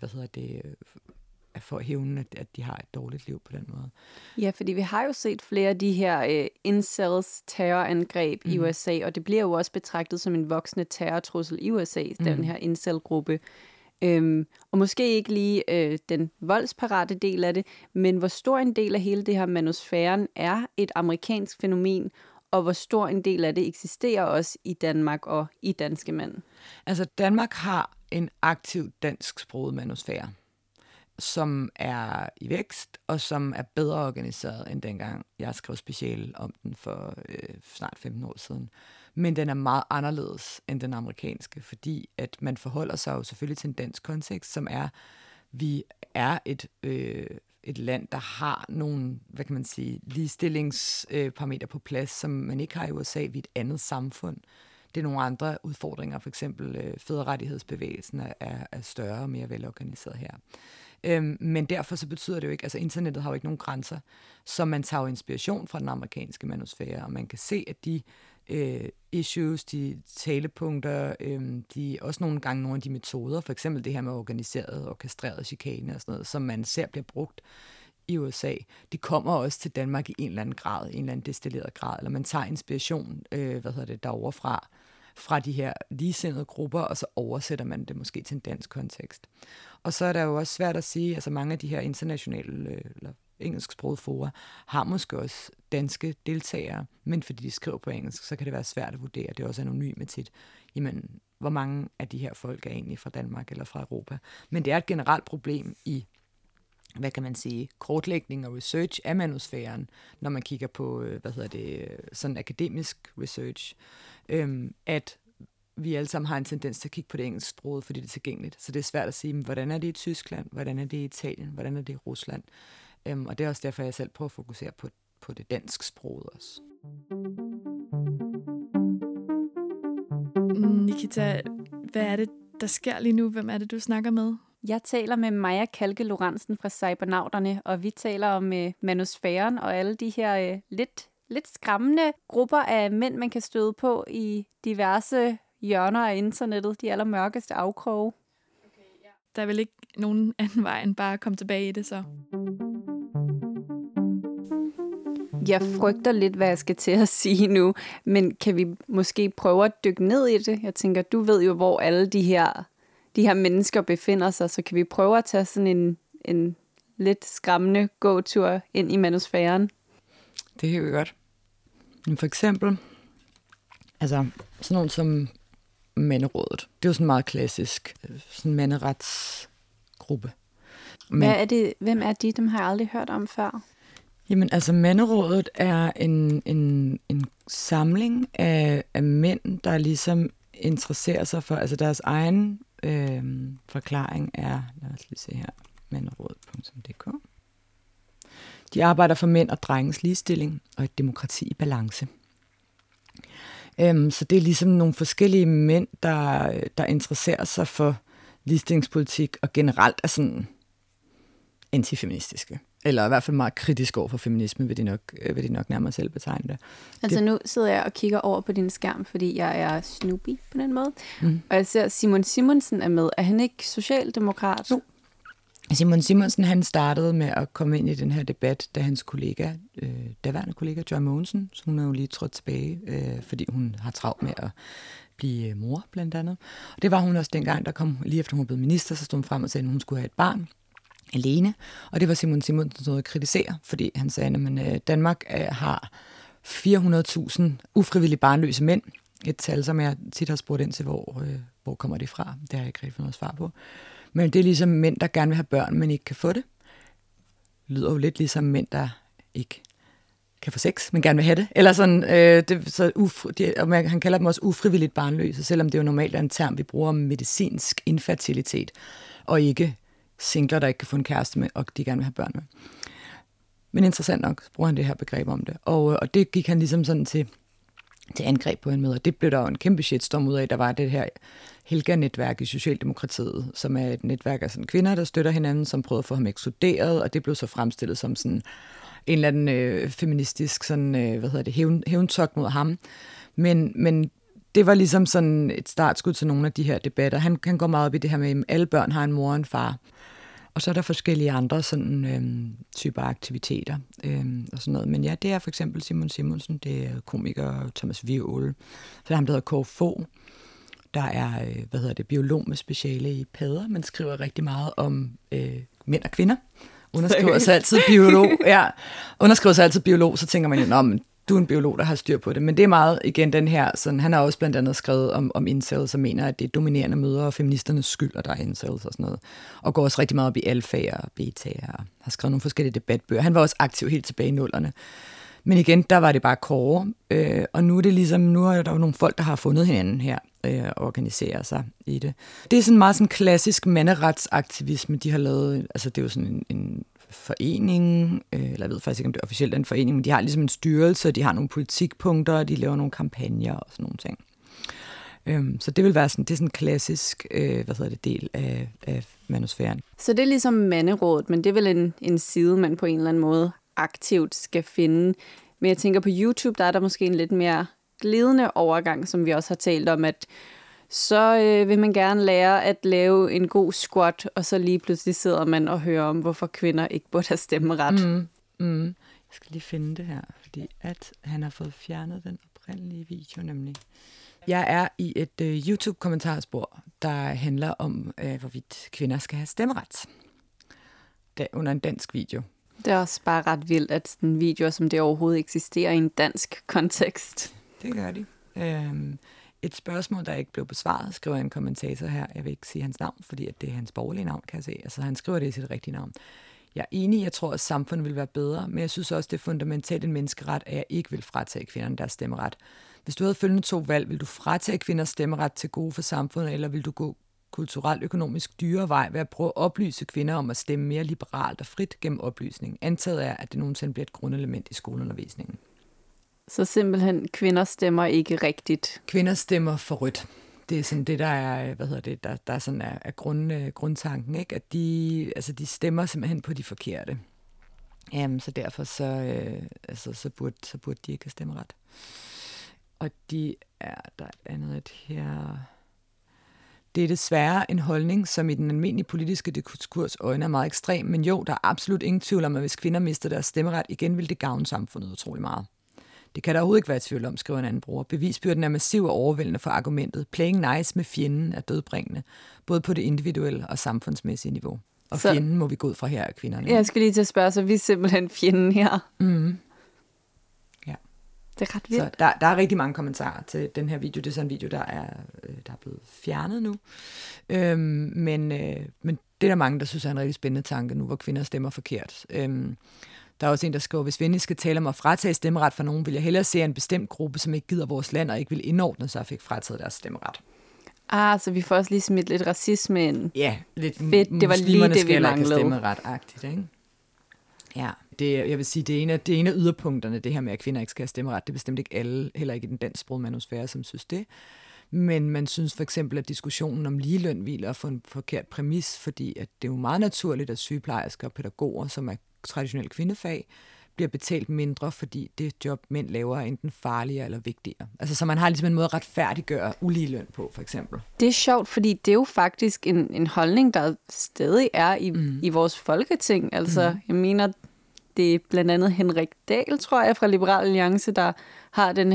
for at hævne, at de har et dårligt liv på den måde. Ja, fordi vi har jo set flere af de her incels terrorangreb i USA, og det bliver jo også betragtet som en voksende terrortrussel i USA, den her incel-gruppe. Og måske ikke lige den voldsparate del af det, men hvor stor en del af hele det her manusfæren er et amerikansk fænomen, og hvor stor en del af det eksisterer også i Danmark og i danske mænd? Altså Danmark har en aktiv dansksproget manusfære, som er i vækst, og som er bedre organiseret, end dengang jeg skrev speciale om den for snart 15 år siden. Men den er meget anderledes end den amerikanske, fordi at man forholder sig jo selvfølgelig til en dansk kontekst, som er, vi er et land, der har nogle, ligestillingsparametre på plads, som man ikke har i USA. Vi er et andet samfund. Det er nogle andre udfordringer, for eksempel fædrerettighedsbevægelsen er større og mere velorganiseret her. Men derfor så betyder det jo ikke, altså internettet har jo ikke nogen grænser, så man tager jo inspiration fra den amerikanske manusfære, og man kan se, at de issues, de talepunkter, de også nogle gange nogle af de metoder, for eksempel det her med organiseret og orkestreret chikane og sådan noget, som man ser bliver brugt i USA, det kommer også til Danmark i en eller anden grad, en eller anden destilleret grad, eller man tager inspiration, derovre fra de her ligesindede grupper, og så oversætter man det måske til en dansk kontekst. Og så er der jo også svært at sige, altså mange af de her internationale eller engelsksprogede fora har måske også danske deltagere, men fordi de skriver på engelsk, så kan det være svært at vurdere. Det er også anonymt tit. Jamen, hvor mange af de her folk er egentlig fra Danmark eller fra Europa? Men det er et generelt problem i, kortlægning og research af manusfæren, når man kigger på, sådan akademisk research, at vi alle sammen har en tendens til at kigge på det engelsksprogede, fordi det er tilgængeligt. Så det er svært at sige, hvordan er det i Tyskland, hvordan er det i Italien, hvordan er det i Rusland. Og det er også derfor, jeg selv prøver at fokusere på det dansksprogede også. Nikita, hvad er det, der sker lige nu? Hvem er det, du snakker med? Jeg taler med Maja Kalke Lorentzen fra Cybernauterne, og vi taler om manusfæren og alle de her lidt skræmmende grupper af mænd, man kan støde på i diverse hjørner af internettet, de allermørkeste afkroge. Okay, ja. Der er vel ikke nogen anden vej end bare at komme tilbage i det så? Jeg frygter lidt, hvad jeg skal til at sige nu, men kan vi måske prøve at dykke ned i det? Jeg tænker, du ved jo, hvor alle de her mennesker befinder sig, så kan vi prøve at tage sådan en lidt skræmmende gåtur ind i manusfæren? Det kan vi godt. For eksempel, altså sådan nogen som Manderådet. Det er jo sådan meget klassisk, sådan manderetsgruppe. Hvem er de? Dem har jeg aldrig hørt om før. Jamen altså, Manderådet er en samling af mænd, der ligesom interesserer sig for, altså deres egen forklaring er, lad os lige se her, manderådet.dk. De arbejder for mænd og drenges ligestilling og et demokrati i balance. Så det er ligesom nogle forskellige mænd, der interesserer sig for ligestillingspolitik og generelt er sådan antifeministiske. Eller i hvert fald meget kritisk over for feminisme, vil de nok nærmere selv betegne det. Altså nu sidder jeg og kigger over på din skærm, fordi jeg er Snoopy på den måde. Og jeg ser, Simon Simonsen er med. Er han ikke socialdemokrat? Jo. Simon Simonsen, han startede med at komme ind i den her debat, da hans kollega, daværende kollega Joy Mogensen, så hun er jo lige trådt tilbage, fordi hun har travlt med at blive mor, blandt andet. Og det var hun også dengang, der kom, lige efter hun blev minister, så stod hun frem og sagde, at hun skulle have et barn alene. Og det var Simon Simonsen noget at kritisere, fordi han sagde, at Danmark har 400.000 ufrivillige barnløse mænd. Et tal, som jeg tit har spurgt ind til, hvor kommer det fra? Det har jeg ikke rigtig fået noget svar på. Men det er ligesom mænd, der gerne vil have børn, men ikke kan få det. Lyder jo lidt ligesom mænd, der ikke kan få sex, men gerne vil have det. Eller sådan, han kalder dem også ufrivilligt barnløse, selvom det jo normalt er en term, vi bruger om medicinsk infertilitet, og ikke singler, der ikke kan få en kæreste med, og de gerne vil have børn med. Men interessant nok, bruger han det her begreb om det. Og det gik han ligesom sådan til angreb på en med, og det blev der jo en kæmpe shitstorm ud af. Der var det her Helga-netværk i Socialdemokratiet, som er et netværk af sådan kvinder, der støtter hinanden, som prøvede at få ham ekskluderet, og det blev så fremstillet som sådan en eller anden feministisk sådan, hævntogt mod ham. Men det var ligesom sådan et startskud til nogle af de her debatter. Han går meget op i det her med, at alle børn har en mor og en far. Og så er der forskellige andre sådan, typer aktiviteter og sådan noget. Men ja, det er for eksempel Simon Simonsen, det er komiker Thomas Wivel. Så er ham, der hedder Kåre Fogh, der er biolog med speciale i padder. Man skriver rigtig meget om mænd og kvinder. Underskriver sig altid biolog. Ja, underskriver sig altid biolog, så tænker man jo, men du er en biolog, der har styr på det. Men det er meget, igen, den her, sådan, han har også blandt andet skrevet om incels, og mener, at det er dominerende mødre og feministernes skyld, at der er incels og sådan noget. Og går også rigtig meget op i alfaer og betaer, og har skrevet nogle forskellige debatbøger. Han var også aktiv helt tilbage i 00'erne. Men igen, der var det bare Kåre. Og nu er det ligesom, nu er der jo nogle folk, der har fundet hinanden her og organiserer sig i det. Det er sådan meget sådan klassisk manderetsaktivisme, de har lavet. Altså det er jo sådan en forening, eller jeg ved faktisk ikke, om det er officielt en forening, men de har ligesom en styrelse, og de har nogle politikpunkter, og de laver nogle kampagner og sådan nogle ting. Så det vil være sådan, det er sådan en klassisk del af manusfæren. Så det er ligesom Manderådet, men det er vel en side, man på en eller anden måde aktivt skal finde. Men jeg tænker, på YouTube, der er der måske en lidt mere glidende overgang, som vi også har talt om, at så vil man gerne lære at lave en god squat, og så lige pludselig sidder man og hører om, hvorfor kvinder ikke burde have stemmeret. Jeg skal lige finde det her, fordi at han har fået fjernet den oprindelige video nemlig. Jeg er i et YouTube-kommentarspor, der handler om, hvorvidt kvinder skal have stemmeret. Under en dansk video. Det er også bare ret vildt, at sådan videoer som det overhovedet eksisterer i en dansk kontekst. Det gør de. Et spørgsmål, der ikke blev besvaret, skriver en kommentator her. Jeg vil ikke sige hans navn, fordi at det er hans borgerlige navn, kan jeg se. Altså han skriver det i sit rigtige navn. Jeg er enig, jeg tror, at samfundet vil være bedre, men jeg synes også, det er fundamentalt en menneskeret, at jeg ikke vil fratage kvinderne deres stemmeret. Hvis du havde følgende 2 valg, vil du fratage kvinder stemmeret til gode for samfundet, eller vil du gå kulturelt økonomisk dyre vej ved at prøve at oplyse kvinder om at stemme mere liberalt og frit gennem oplysning? Antaget er, at det nogensinde bliver et grundelement i skoleundervisningen. Så simpelthen, kvinder stemmer ikke rigtigt. Kvinder stemmer for rødt. Det er sådan det, der er, der sådan er grundtanken, ikke? At de stemmer simpelthen på de forkerte. Så derfor så burde de ikke have stemmeret. Og der er andet her. Det er desværre en holdning, som i den almindelige politiske diskurs øjne er meget ekstrem, men jo, der er absolut ingen tvivl om, at hvis kvinder mister deres stemmeret, igen vil det gavne samfundet utrolig meget. Det kan der overhovedet ikke være tvivl om, skriver en anden bruger. Bevisbyrden er massiv og overvældende for argumentet. Playing nice med fjenden er dødbringende, både på det individuelle og samfundsmæssige niveau. Og så, fjenden må vi gå ud fra her af kvinderne. Jeg skal lige til at spørge, så vi er simpelthen fjenden her. Mm. Ja. Det er ret vildt. Så der er rigtig mange kommentarer til den her video. Det er sådan en video, der er blevet fjernet nu. Men det er der mange, der synes er en rigtig spændende tanke nu, hvor kvinder stemmer forkert. Der er også en, der skriver, hvis vi endelig skal tale om at fratage stemmeret for nogen, vil jeg hellere se en bestemt gruppe, som ikke gider vores land og ikke vil indordne sig og fik frataget deres stemmeret. Så vi får også lige smidt lidt racisme ind. Ja, lidt fedt. Det var lige det, vi manglede. Stemmeret-agtigt, ikke? Ja, jeg vil sige, det er en af yderpunkterne, det her med, at kvinder ikke skal have stemmeret. Det er bestemt ikke alle, heller ikke i den dansksprogede manusfære, som synes det. Men man synes for eksempel, at diskussionen om ligeløn hviler på en forkert præmis, fordi at det er jo meget naturligt, at sygeplejersker og pædagoger, som er traditionelle kvindefag, bliver betalt mindre, fordi det job, mænd laver, er enten farligere eller vigtigere. Altså, så man har ligesom en måde at retfærdiggøre uligeløn på, for eksempel. Det er sjovt, fordi det er jo faktisk en holdning, der stadig er i vores folketing. Altså, jeg mener, det er blandt andet Henrik Dahl, tror jeg, fra Liberal Alliance, der har den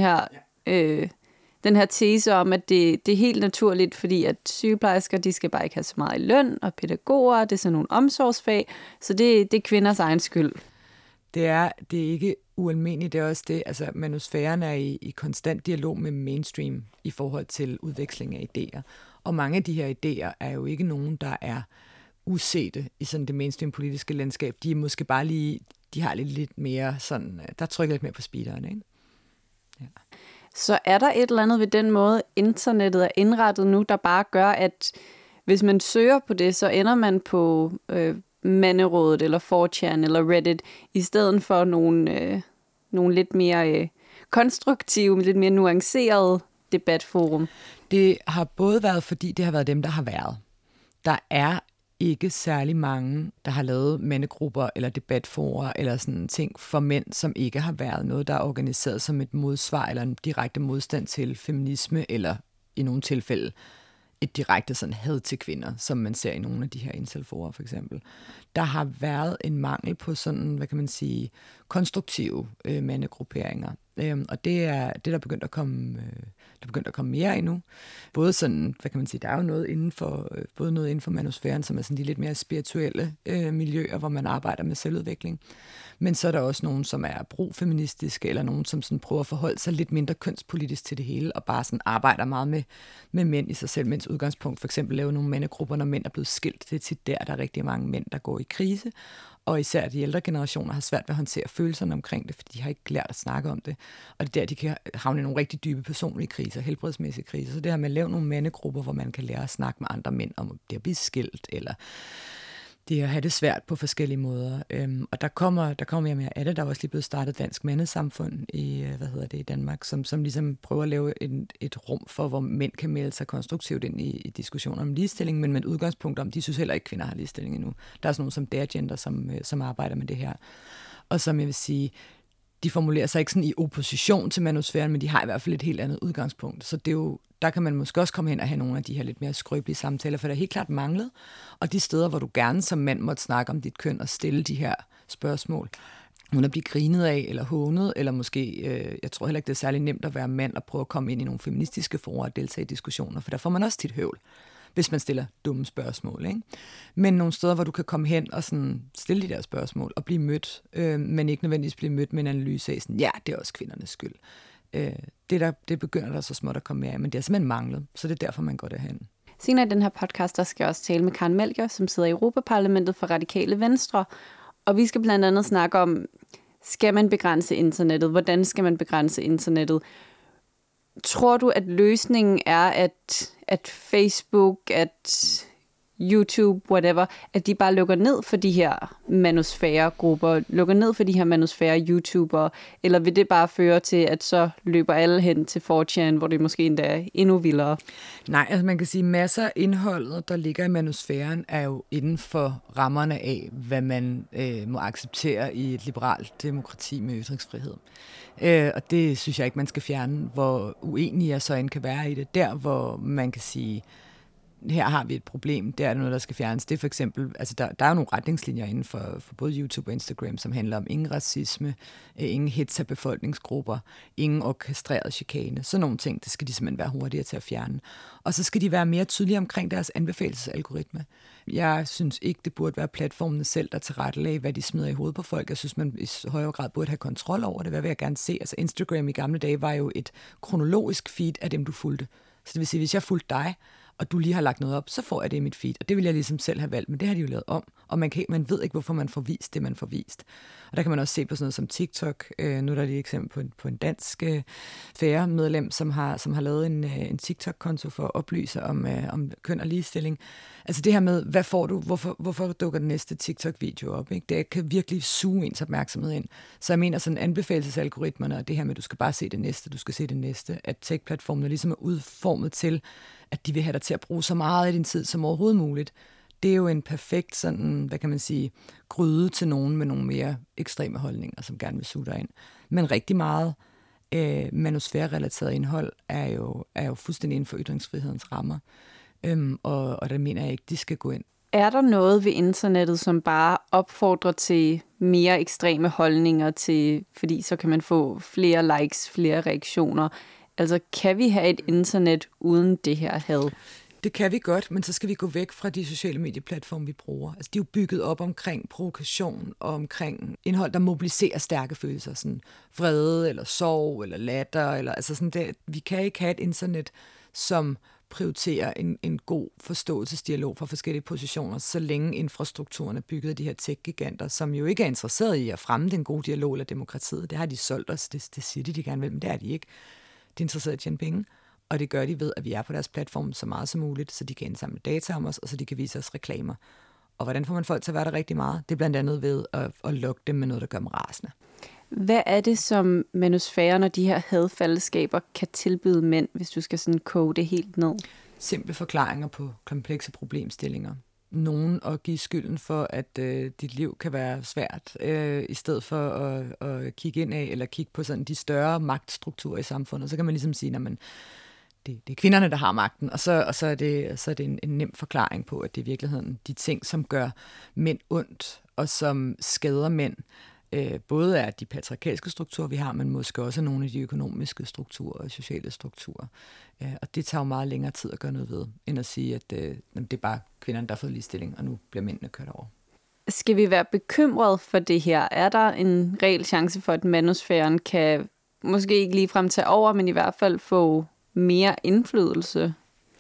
her tese om, at det er helt naturligt, fordi at sygeplejersker, de skal bare ikke have så meget i løn, og pædagoger, det er sådan nogle omsorgsfag, så det er kvinders egen skyld. Det er ikke ualmindeligt, det er også det, altså manusfæren er i konstant dialog med mainstream i forhold til udveksling af idéer. Og mange af de her idéer er jo ikke nogen, der er usete i sådan det mainstream politiske landskab. De er måske bare lige, de har lidt mere sådan, der trykker lidt mere på speederen, ikke? Ja. Så er der et eller andet ved den måde, internettet er indrettet nu, der bare gør, at hvis man søger på det, så ender man på Manderådet eller 4chan eller Reddit, i stedet for nogle lidt mere konstruktive, lidt mere nuancerede debatforum. Det har både været, fordi det har været dem, der har været. Der er ikke særlig mange, der har lavet mandegrupper eller debatforer eller sådan ting for mænd, som ikke har været noget, der er organiseret som et modsvar eller en direkte modstand til feminisme eller i nogle tilfælde et direkte sådan had til kvinder, som man ser i nogle af de her incel-forer for eksempel. Der har været en mangel på sådan, hvad kan man sige, konstruktive mandegrupperinger. Og det er det, der er begyndt at komme mere endnu. Både sådan, hvad kan man sige, der er jo noget inden for manusfæren, som er sådan de lidt mere spirituelle miljøer, hvor man arbejder med selvudvikling. Men så er der også nogen, som er brofeministiske, eller nogen, som sådan prøver at forholde sig lidt mindre kønspolitisk til det hele, og bare sådan arbejder meget med mænd i sig selv, mens udgangspunkt for eksempel lave nogle mandegrupper, når mænd er blevet skilt. Det er tit der er rigtig mange mænd, der går i krise, og især de ældre generationer har svært ved at håndtere følelserne omkring det, fordi de har ikke lært at snakke om det. Og det er der, de kan havne i nogle rigtig dybe personlige kriser, helbredsmæssige kriser. Så det her med at lave nogle mandegrupper, hvor man kan lære at snakke med andre mænd om det at blive skilt, eller det at have det svært på forskellige måder. Og der kommer mere og mere af det. Der er også lige blevet startet Dansk Mandesamfund i Danmark, som ligesom prøver at lave et rum for, hvor mænd kan melde sig konstruktivt ind i diskussioner om ligestilling, men med et udgangspunkt om, de synes heller ikke, kvinder har ligestilling endnu. Der er sådan nogle som Dergender, som arbejder med det her. Og som jeg vil sige, de formulerer sig ikke sådan i opposition til manusfæren, men de har i hvert fald et helt andet udgangspunkt. Så det er jo, der kan man måske også komme hen og have nogle af de her lidt mere skrøbelige samtaler, for der er helt klart manglet. Og de steder, hvor du gerne som mand måtte snakke om dit køn og stille de her spørgsmål, uden at blive grinet af eller hånet, eller måske, jeg tror heller ikke, det er særlig nemt at være mand og prøve at komme ind i nogle feministiske forer og deltage i diskussioner, for der får man også tit høvl, hvis man stiller dumme spørgsmål, ikke? Men nogle steder, hvor du kan komme hen og sådan stille de der spørgsmål og blive mødt, men ikke nødvendigvis blive mødt med en analyse af sådan, ja, det er også kvindernes skyld. Det begynder der så småt at komme mere af, men det er simpelthen manglet, så det er derfor, man går derhen. Senere i den her podcast, der skal jeg også tale med Karen Melchior, som sidder i Europaparlamentet for Radikale Venstre, og vi skal blandt andet snakke om, skal man begrænse internettet? Hvordan skal man begrænse internettet? Tror du, at løsningen er, at Facebook, at YouTube, whatever, at de bare lukker ned for de her manusfære-grupper, lukker ned for de her manusfære-YouTubere, eller vil det bare føre til, at så løber alle hen til 4chan, hvor det måske endda er endnu vildere? Nej, altså man kan sige, at masser af indholdet, der ligger i manusfæren, er jo inden for rammerne af, hvad man må acceptere i et liberalt demokrati med ytringsfrihed. Og det synes jeg ikke, man skal fjerne, hvor uenige jeg så end kan være i det. Der, hvor man kan sige, her har vi et problem, der er noget, der skal fjernes. Det er for eksempel, altså der er jo nogle retningslinjer inden for både YouTube og Instagram, som handler om ingen racisme, ingen hets af befolkningsgrupper, ingen orkestreret chikane. Sådan nogle ting, det skal de simpelthen være hurtigere til at fjerne. Og så skal de være mere tydelige omkring deres anbefalesalgoritme. Jeg synes ikke, det burde være platformene selv, der tilrettelægger, hvad de smider i hovedet på folk. Jeg synes, man i højere grad burde have kontrol over det. Hvad vil jeg gerne se? Altså Instagram i gamle dage var jo et kronologisk feed af dem, du fulgte. Så det vil sige, hvis jeg fulgte dig, og du lige har lagt noget op, så får jeg det i mit feed. Og det vil jeg ligesom selv have valgt, men det har de jo lavet om. Og man ved ikke, hvorfor man får vist det, man får vist. Og der kan man også se på sådan noget som TikTok. Nu er der lige et eksempel på en dansk FAIR-medlem, som har lavet en TikTok-konto for at oplyse om køn og ligestilling. Altså det her med, hvad får du? Hvorfor dukker den næste TikTok-video op? Ikke? Det kan virkelig suge ens opmærksomhed ind. Så jeg mener sådan anbefalesalgoritmerne, og det her med, at du skal bare se det næste, du skal se det næste, at tech-platformene ligesom er udformet til, at de vil have dig til at bruge så meget af din tid som overhovedet muligt. Det er jo en perfekt sådan, hvad kan man sige, gryde til nogen med nogle mere ekstreme holdninger, som gerne vil suge dig ind. Men rigtig meget manusfære-relateret indhold er jo fuldstændig inden for ytringsfrihedens rammer. Og der mener jeg ikke, de skal gå ind. Er der noget ved internettet, som bare opfordrer til mere ekstreme holdninger til, fordi så kan man få flere likes, flere reaktioner? Altså, kan vi have et internet uden det her had? Det kan vi godt, men så skal vi gå væk fra de sociale medieplatforme, vi bruger. Altså, de er jo bygget op omkring provokation og omkring indhold, der mobiliserer stærke følelser. Sådan vrede, eller sorg, eller latter. Altså sådan det. Vi kan ikke have et internet, som prioriterer en god forståelsesdialog fra forskellige positioner, så længe infrastrukturen er bygget af de her tech-giganter, som jo ikke er interesseret i at fremme den gode dialog eller demokratiet. Det har de solgt os, det siger de gerne vil, men det er de ikke. De er interesserede i at tjene penge, og det gør de ved, at vi er på deres platform så meget som muligt, så de kan indsamle data om os, og så de kan vise os reklamer. Og hvordan får man folk til at være der rigtig meget? Det er blandt andet ved at lukke dem med noget, der gør dem rasende. Hvad er det, som manusfæren og de her hadfællesskaber kan tilbyde mænd, hvis du skal sådan koge det helt ned? Simple forklaringer på komplekse problemstillinger. Nogen at give skylden for, at dit liv kan være svært, i stedet for at kigge ind af, eller kigge på sådan de større magtstrukturer i samfundet. Så kan man ligesom sige, at det er kvinderne, der har magten, og så er det en nem forklaring på, at det er i virkeligheden de ting, som gør mænd ondt, og som skader mænd. Både er de patriarkalske strukturer, vi har, men måske også nogle af de økonomiske strukturer og sociale strukturer. Og det tager jo meget længere tid at gøre noget ved, end at sige, at det er bare kvinderne, der har fået ligestilling, og nu bliver mændene kørt over. Skal vi være bekymret for det her? Er der en reel chance for, at manusfæren kan måske ikke ligefrem tage over, men i hvert fald få mere indflydelse?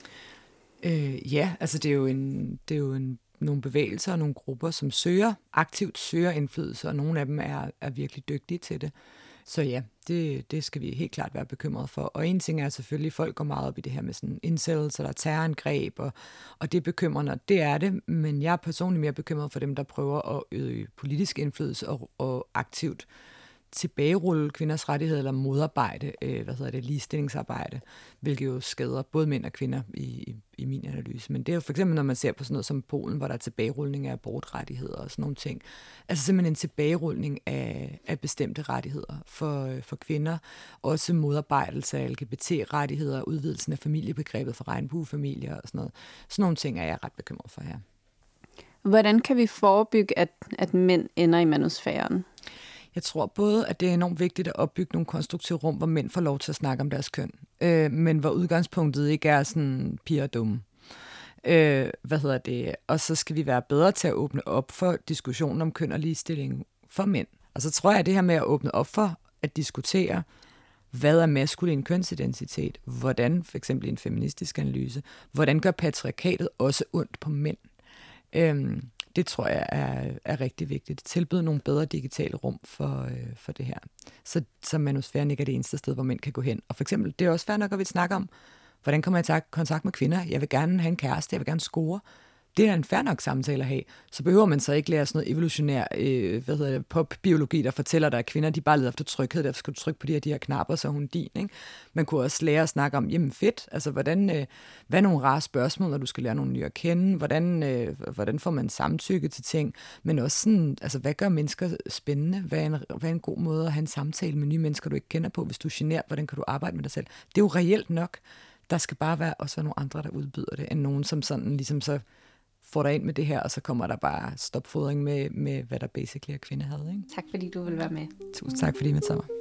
Ja, altså det er jo nogle bevægelser og nogle grupper, som aktivt søger indflydelse, og nogle af dem er virkelig dygtige til det. Så ja, det skal vi helt klart være bekymrede for. Og en ting er selvfølgelig, at folk går meget op i det her med sådan incels, og der er terrorangreb, og det er bekymrende, og det er det, men jeg er personligt mere bekymret for dem, der prøver at øge politisk indflydelse og aktivt tilbagerulle kvinders rettigheder eller modarbejde, ligestillingsarbejde, hvilket jo skader både mænd og kvinder i min analyse. Men det er jo for eksempel, når man ser på sådan noget som Polen, hvor der er tilbagerulning af abortrettigheder og sådan nogle ting. Altså simpelthen en tilbagerulning af bestemte rettigheder for kvinder. Også modarbejdelse af LGBT-rettigheder, udvidelsen af familiebegrebet for regnbuefamilier og sådan noget. Sådan nogle ting er jeg ret bekymret for her. Hvordan kan vi forebygge, at mænd ender i manusfæren? Jeg tror både, at det er enormt vigtigt at opbygge nogle konstruktive rum, hvor mænd får lov til at snakke om deres køn, men hvor udgangspunktet ikke er sådan piger og dumme. Og så skal vi være bedre til at åbne op for diskussionen om køn og ligestilling for mænd. Og så tror jeg, at det her med at åbne op for at diskutere, hvad er maskulin kønsidentitet, hvordan, for eksempel i en feministisk analyse, hvordan gør patriarkatet også ondt på mænd? Det tror jeg er rigtig vigtigt. Tilbyde nogle bedre digitale rum for det her. Så Manusfæren ikke er det eneste sted, hvor mænd kan gå hen. Og for eksempel, det er også fair nok, at vi snakker om, hvordan kommer jeg i kontakt med kvinder? Jeg vil gerne have en kæreste, jeg vil gerne score. Det er en fair nok samtale at have. Så behøver man så ikke lære sådan noget evolutionær popbiologi, der fortæller dig, at kvinder de bare leder efter tryghed, derfor skal du trykke på de her knapper, så er hun din. Ikke? Man kunne også lære at snakke om, jamen fedt, altså hvad er nogle rare spørgsmål, når du skal lære nogle nye at kende, hvordan får man samtykke til ting, men også sådan, altså hvad gør mennesker spændende, hvad er en god måde at have en samtale med nye mennesker, du ikke kender på, hvis du er genert, hvordan kan du arbejde med dig selv. Det er jo reelt nok. Der skal bare også være nogle andre, der udbyder det, end nogen, som sådan ligesom så får dig ind med det her, og så kommer der bare stopfodring med hvad der basically er kvindehad. Ikke? Tak fordi du vil være med. Tusind tak fordi I inviterede mig.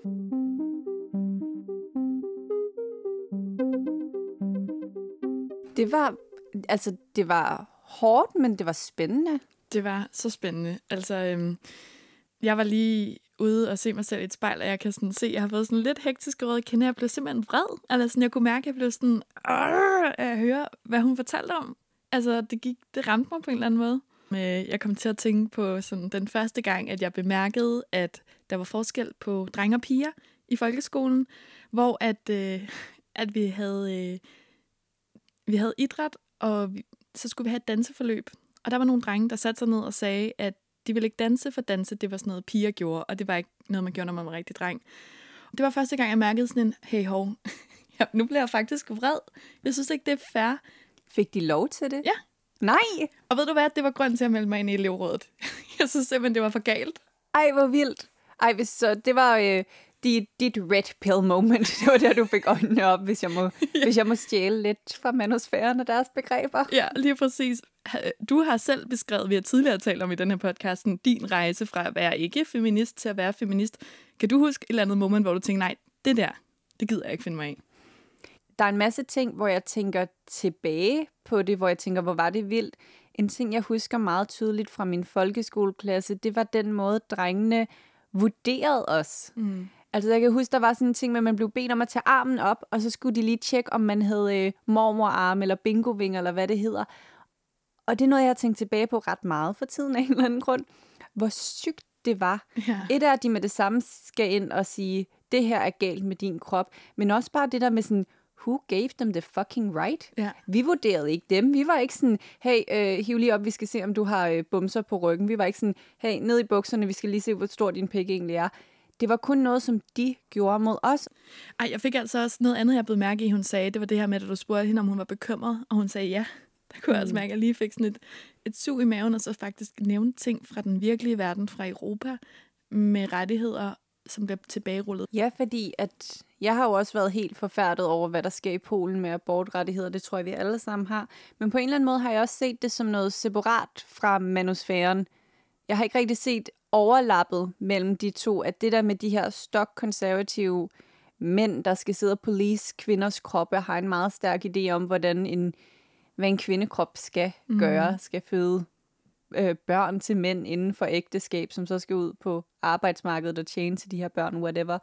Det var hårdt, men det var spændende. Det var så spændende. Altså, jeg var lige ude og se mig selv i et spejl, og jeg kan sådan se, at jeg har fået sådan lidt hektiske røde kinder. Jeg blev simpelthen vred. Altså, sådan, jeg kunne mærke, at jeg blev sådan, at høre, hvad hun fortalte om. Altså, det ramte mig på en eller anden måde. Jeg kom til at tænke på sådan, den første gang, at jeg bemærkede, at der var forskel på drenge og piger i folkeskolen, hvor at vi havde idræt, og så skulle vi have et danseforløb. Og der var nogle drenge, der satte sig ned og sagde, at de ville ikke danse, for danse, det var sådan noget, piger gjorde, og det var ikke noget, man gjorde, når man var rigtig dreng. Det var første gang, jeg mærkede sådan en, hey hov, nu bliver jeg faktisk vred. Jeg synes ikke, det er fair. Fik de lov til det? Ja. Nej! Og ved du hvad, det var grund til at melde mig ind i elevrådet. Jeg synes simpelthen, det var for galt. Ej, hvor vildt. Ej, så det var dit red pill moment. Det var der, du fik øjnene op, hvis jeg må stjæle lidt fra Manusfæren og deres begreber. Ja, lige præcis. Du har selv beskrevet, vi har tidligere talt om i den her podcast, din rejse fra at være ikke feminist til at være feminist. Kan du huske et eller andet moment, hvor du tænker, nej, det gider jeg ikke finde mig af? Der er en masse ting, hvor jeg tænker tilbage på det, hvor jeg tænker, hvor var det vildt. En ting, jeg husker meget tydeligt fra min folkeskoleklasse, det var den måde, drengene vurderede os. Mm. Altså, jeg kan huske, der var sådan en ting med, at man blev bedt om at tage armen op, og så skulle de lige tjekke, om man havde mormorarm eller bingovinger, eller hvad det hedder. Og det er noget, jeg har tænkt tilbage på ret meget for tiden af en eller anden grund. Hvor sygt det var. Ja. Et er, at de med det samme skal ind og sige, det her er galt med din krop, men også bare det der med sådan, who gave them the fucking right? Ja. Vi vurderede ikke dem. Vi var ikke sådan, hey, hiv lige op, vi skal se, om du har bumser på ryggen. Vi var ikke sådan, hey, ned i bukserne, vi skal lige se, hvor stor din pik egentlig er. Det var kun noget, som de gjorde mod os. Ej, jeg fik altså også noget andet, jeg blev mærke i, hun sagde. Det var det her med, at du spurgte hende, om hun var bekymret, og hun sagde ja. Der kunne jeg også mærke, at jeg lige fik sådan et sug i maven, og så faktisk nævne ting fra den virkelige verden, fra Europa, med rettigheder, som bliver tilbagerullet. Ja, fordi at jeg har jo også været helt forfærdet over, hvad der sker i Polen med abortrettigheder. Det tror jeg, vi alle sammen har. Men på en eller anden måde har jeg også set det som noget separat fra Manusfæren. Jeg har ikke rigtig set overlappet mellem de to, at det der med de her stokkonservative mænd, der skal sidde og police kvinders kroppe, har en meget stærk idé om, hvad en kvindekrop skal gøre, skal føde børn til mænd inden for ægteskab, som så skal ud på arbejdsmarkedet og tjene til de her børn, whatever.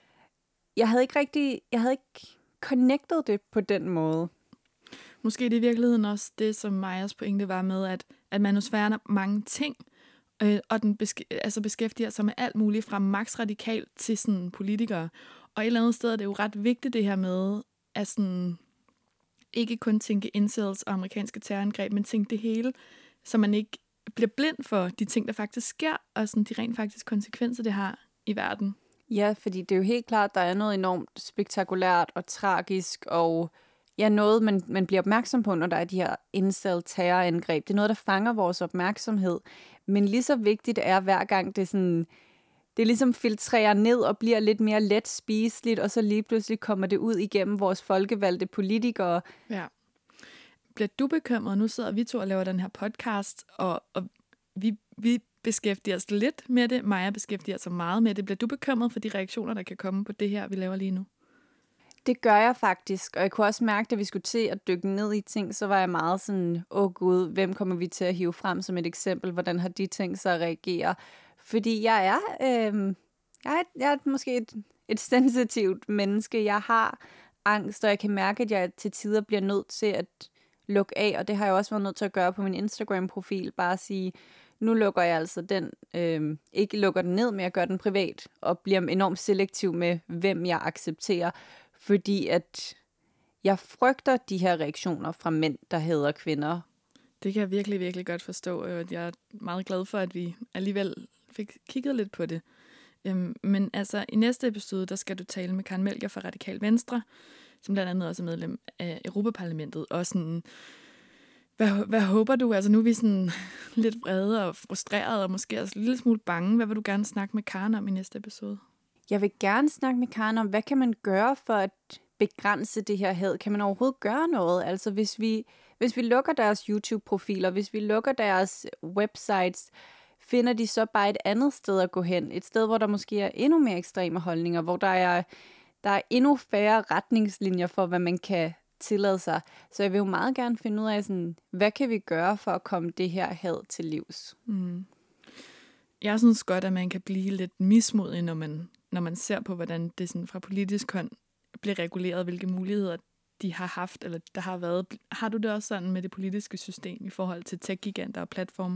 Jeg havde ikke connectet det på den måde. Måske det i virkeligheden også det, som Majas pointe var med, at Manusfæren er mange ting, og den beskæftiger sig med alt muligt, fra max radikal til sådan politikere. Og et eller andet sted er det jo ret vigtigt det her med, at sådan, ikke kun tænke incels og amerikanske terrorangreb, men tænke det hele, så man ikke bliver blind for de ting, der faktisk sker, og sådan de rent faktisk konsekvenser, det har i verden. Ja, fordi det er jo helt klart, der er noget enormt spektakulært og tragisk, og ja, noget, man bliver opmærksom på, når der er de her incel-terrorangreb. Det er noget, der fanger vores opmærksomhed. Men lige så vigtigt er, hver gang det ligesom filtrerer ned og bliver lidt mere let spiseligt, og så lige pludselig kommer det ud igennem vores folkevalgte politikere. Ja. Bliver du bekymret? Nu sidder vi to og laver den her podcast, og vi beskæftiger os lidt med det. Maja beskæftiger sig meget med det. Bliver du bekymret for de reaktioner, der kan komme på det her, vi laver lige nu? Det gør jeg faktisk, og jeg kunne også mærke, at vi skulle til at dykke ned i ting, så var jeg meget sådan, gud, hvem kommer vi til at hive frem som et eksempel? Hvordan har de tænkt sig at reagere? Fordi jeg er måske et sensitivt menneske. Jeg har angst, og jeg kan mærke, at jeg til tider bliver nødt til at lukke af, og det har jeg også været nødt til at gøre på min Instagram-profil, bare at sige, nu lukker jeg altså den, ikke lukker den ned, men jeg gør den privat, og bliver enormt selektiv med, hvem jeg accepterer, fordi at jeg frygter de her reaktioner fra mænd, der hader kvinder. Det kan jeg virkelig, virkelig godt forstå, og jeg er meget glad for, at vi alligevel fik kigget lidt på det. Men altså, i næste episode, der skal du tale med Karen Melchior fra Radikal Venstre, som blandt andet også er medlem af Europaparlamentet. Og sådan, hvad håber du? Altså, nu er vi sådan lidt vrede og frustrerede, og måske også en lille smule bange. Hvad vil du gerne snakke med Karen om i næste episode? Jeg vil gerne snakke med Karen om, hvad kan man gøre for at begrænse det her had? Kan man overhovedet gøre noget? Altså, hvis vi lukker deres YouTube-profiler, hvis vi lukker deres websites, finder de så bare et andet sted at gå hen? Et sted, hvor der måske er endnu mere ekstreme holdninger, hvor der er endnu færre retningslinjer for, hvad man kan tillade sig. Så jeg vil jo meget gerne finde ud af, sådan, hvad kan vi gøre for at komme det her had til livs? Jeg synes godt, at man kan blive lidt mismodig, når man ser på, hvordan det sådan fra politisk hånd bliver reguleret, hvilke muligheder de har haft, eller der har været. Har du det også sådan med det politiske system i forhold til tech-giganter og platforme?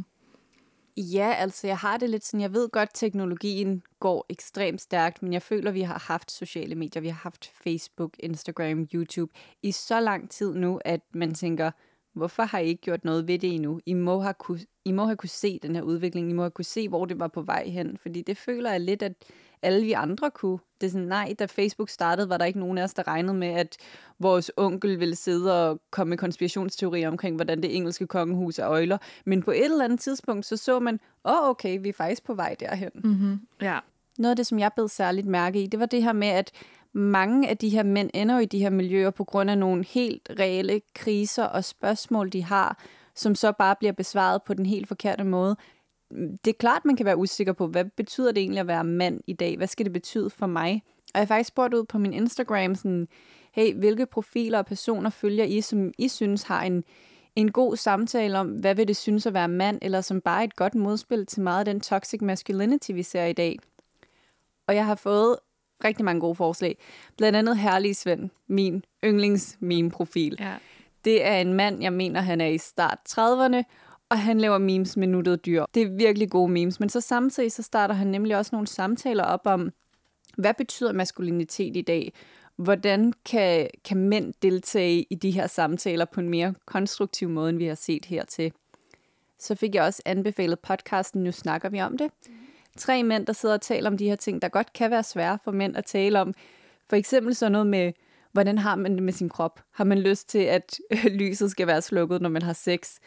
Ja, altså jeg har det lidt sådan, jeg ved godt, teknologien går ekstremt stærkt, men jeg føler, vi har haft sociale medier, vi har haft Facebook, Instagram, YouTube i så lang tid nu, at man tænker, hvorfor har I ikke gjort noget ved det endnu? I må have kunne se den her udvikling, I må have kunne se, hvor det var på vej hen, fordi det føler jeg lidt, at alle vi andre kunne. Det er sådan, nej, da Facebook startede, var der ikke nogen af os, der regnede med, at vores onkel ville sidde og komme med konspirationsteorier omkring, hvordan det engelske kongehus er øjler. Men på et eller andet tidspunkt, så man, okay, vi er faktisk på vej derhen. Mm-hmm. Ja. Noget af det, som jeg blev særligt mærke i, det var det her med, at mange af de her mænd ender i de her miljøer på grund af nogle helt reelle kriser og spørgsmål, de har, som så bare bliver besvaret på den helt forkerte måde. Det er klart, man kan være usikker på, hvad betyder det egentlig at være mand i dag? Hvad skal det betyde for mig? Og jeg har faktisk spurgt ud på min Instagram, sådan, hey, hvilke profiler og personer følger I, som I synes har en god samtale om, hvad vil det synes at være mand, eller som bare et godt modspil til meget af den toxic masculinity, vi ser i dag. Og jeg har fået rigtig mange gode forslag. Blandt andet Herlige Svend, min yndlings-meme-profil. Ja. Det er en mand, jeg mener, han er i start 30'erne, og han laver memes med nuttede dyr. Det er virkelig gode memes, men så samtidig så starter han nemlig også nogle samtaler op om, hvad betyder maskulinitet i dag? Hvordan kan mænd deltage i de her samtaler på en mere konstruktiv måde, end vi har set hertil? Så fik jeg også anbefalet podcasten, Nu snakker vi om det. 3 mænd, der sidder og taler om de her ting, der godt kan være svære for mænd at tale om. For eksempel sådan noget med, hvordan har man det med sin krop? Har man lyst til, at lyset skal være slukket, når man har sex?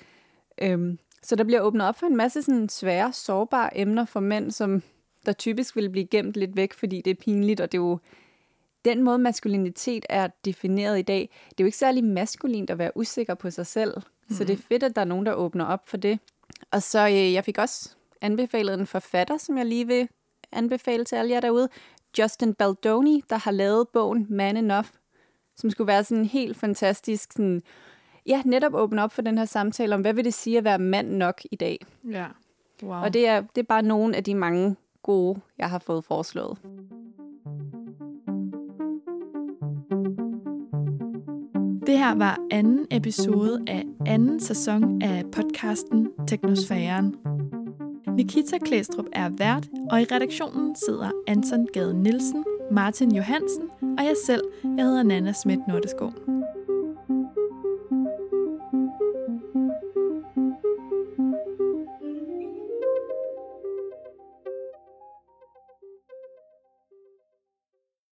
Så der bliver åbnet op for en masse sådan svære, sårbare emner for mænd, som der typisk vil blive gemt lidt væk, fordi det er pinligt, og det er jo den måde, maskulinitet er defineret i dag. Det er jo ikke særlig maskulint at være usikker på sig selv, så det er fedt, at der er nogen, der åbner op for det. Og så jeg fik også anbefalet en forfatter, som jeg lige vil anbefale til alle jer derude, Justin Baldoni, der har lavet bogen Man Enough, som skulle være sådan helt fantastisk, sådan, ja, netop åbne op for den her samtale om, hvad vil det sige at være mand nok i dag? Ja, wow. Og det er bare nogle af de mange gode, jeg har fået foreslået. Det her var anden episode af anden sæson af podcasten Teknosfæren. Nikita Klæstrup er vært, og i redaktionen sidder Anton Gade Nielsen, Martin Johansen og jeg selv. Jeg hedder Nana Schmidt Nordeskov.